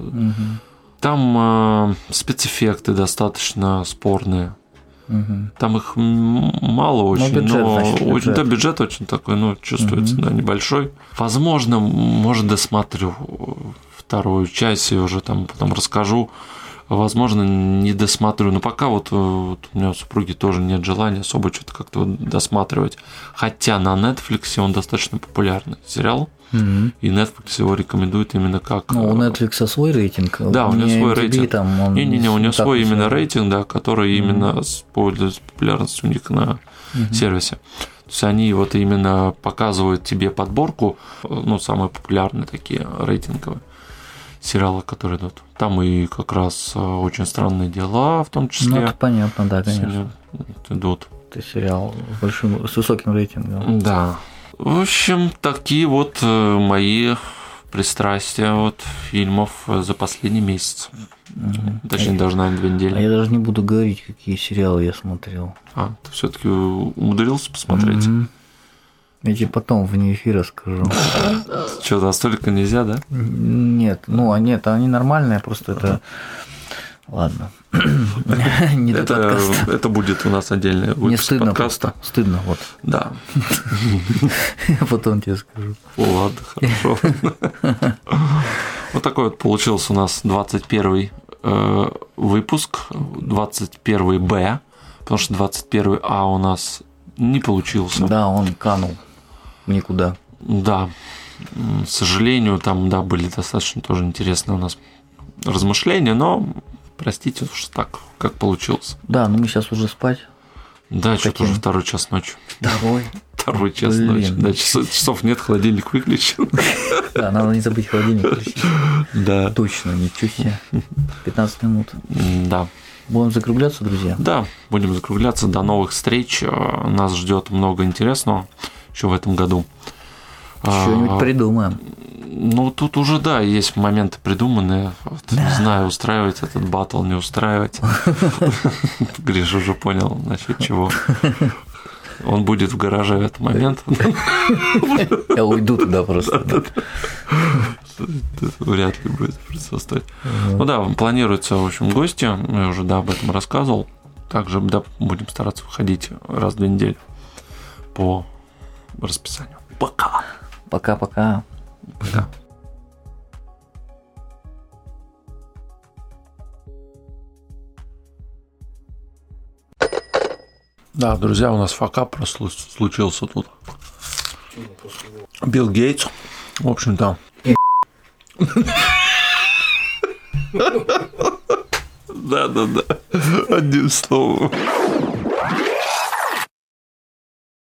Там спецэффекты достаточно спорные. Там их мало очень, бюджет. Бюджет очень такой, чувствуется, небольшой. Возможно, может, досмотрю вторую часть и уже там потом расскажу. Возможно, не досмотрю, но пока вот у меня у супруги тоже нет желания особо что-то как-то досматривать. Хотя на Netflix он достаточно популярный сериал. И Netflix его рекомендует именно как... Ну, у Netflix свой рейтинг. Да, у него свой рейтинг. Там не, у него свой именно рейтинг, да, который именно пользуется популярностью у них на сервисе. То есть они вот именно показывают тебе подборку, самые популярные такие рейтинговые сериалы, которые идут. Там и как раз «Очень странные дела» в том числе. Ну, это понятно, да, конечно. Идут. Это сериал с высоким рейтингом. Да. В общем, такие вот мои пристрастия вот фильмов за последний месяц. Точнее, даже, наверное, 2 недели. А я даже не буду говорить, какие сериалы я смотрел. Ты все-таки умудрился посмотреть? Я тебе потом вне эфира скажу. Что, настолько нельзя, да? Нет, они нормальные, просто это... Ладно. Это будет у нас отдельный выпуск. Мне стыдно подкаста. Просто. Стыдно, вот. Да. Потом тебе скажу. Ладно, хорошо. Вот такой вот получился у нас 21-й выпуск, 21-Б, потому что 21-А у нас не получился. Да, он канул никуда. Да, к сожалению, там, да, были достаточно тоже интересные у нас размышления, но простите уж так, как получилось. Да, но мы сейчас уже спать. Да, что-то уже 2 час ночи. Второй час ночи. Да, часов нет, холодильник выключен. Да, надо не забыть холодильник включить. Да. Точно, ничего себе. 15 минут. Да. Будем закругляться, друзья? Да, будем закругляться. До новых встреч. Нас ждет много интересного еще в этом году. Что-нибудь придумаем. Ну, тут уже, да, есть моменты придуманные. Не знаю, устраивать этот баттл, не устраивать. Гриша уже понял, насчет чего. Он будет в гараже в этот момент. Я уйду туда просто. Вряд ли будет присутствовать. Ну да, планируется, в общем, гости. Я уже об этом рассказывал. Также будем стараться выходить раз в 2 недели по расписанию. Пока. Пока-пока. Пока. Да, друзья, у нас факап просто случился тут. Билл Гейтс, в общем-то. Да. Одним словом.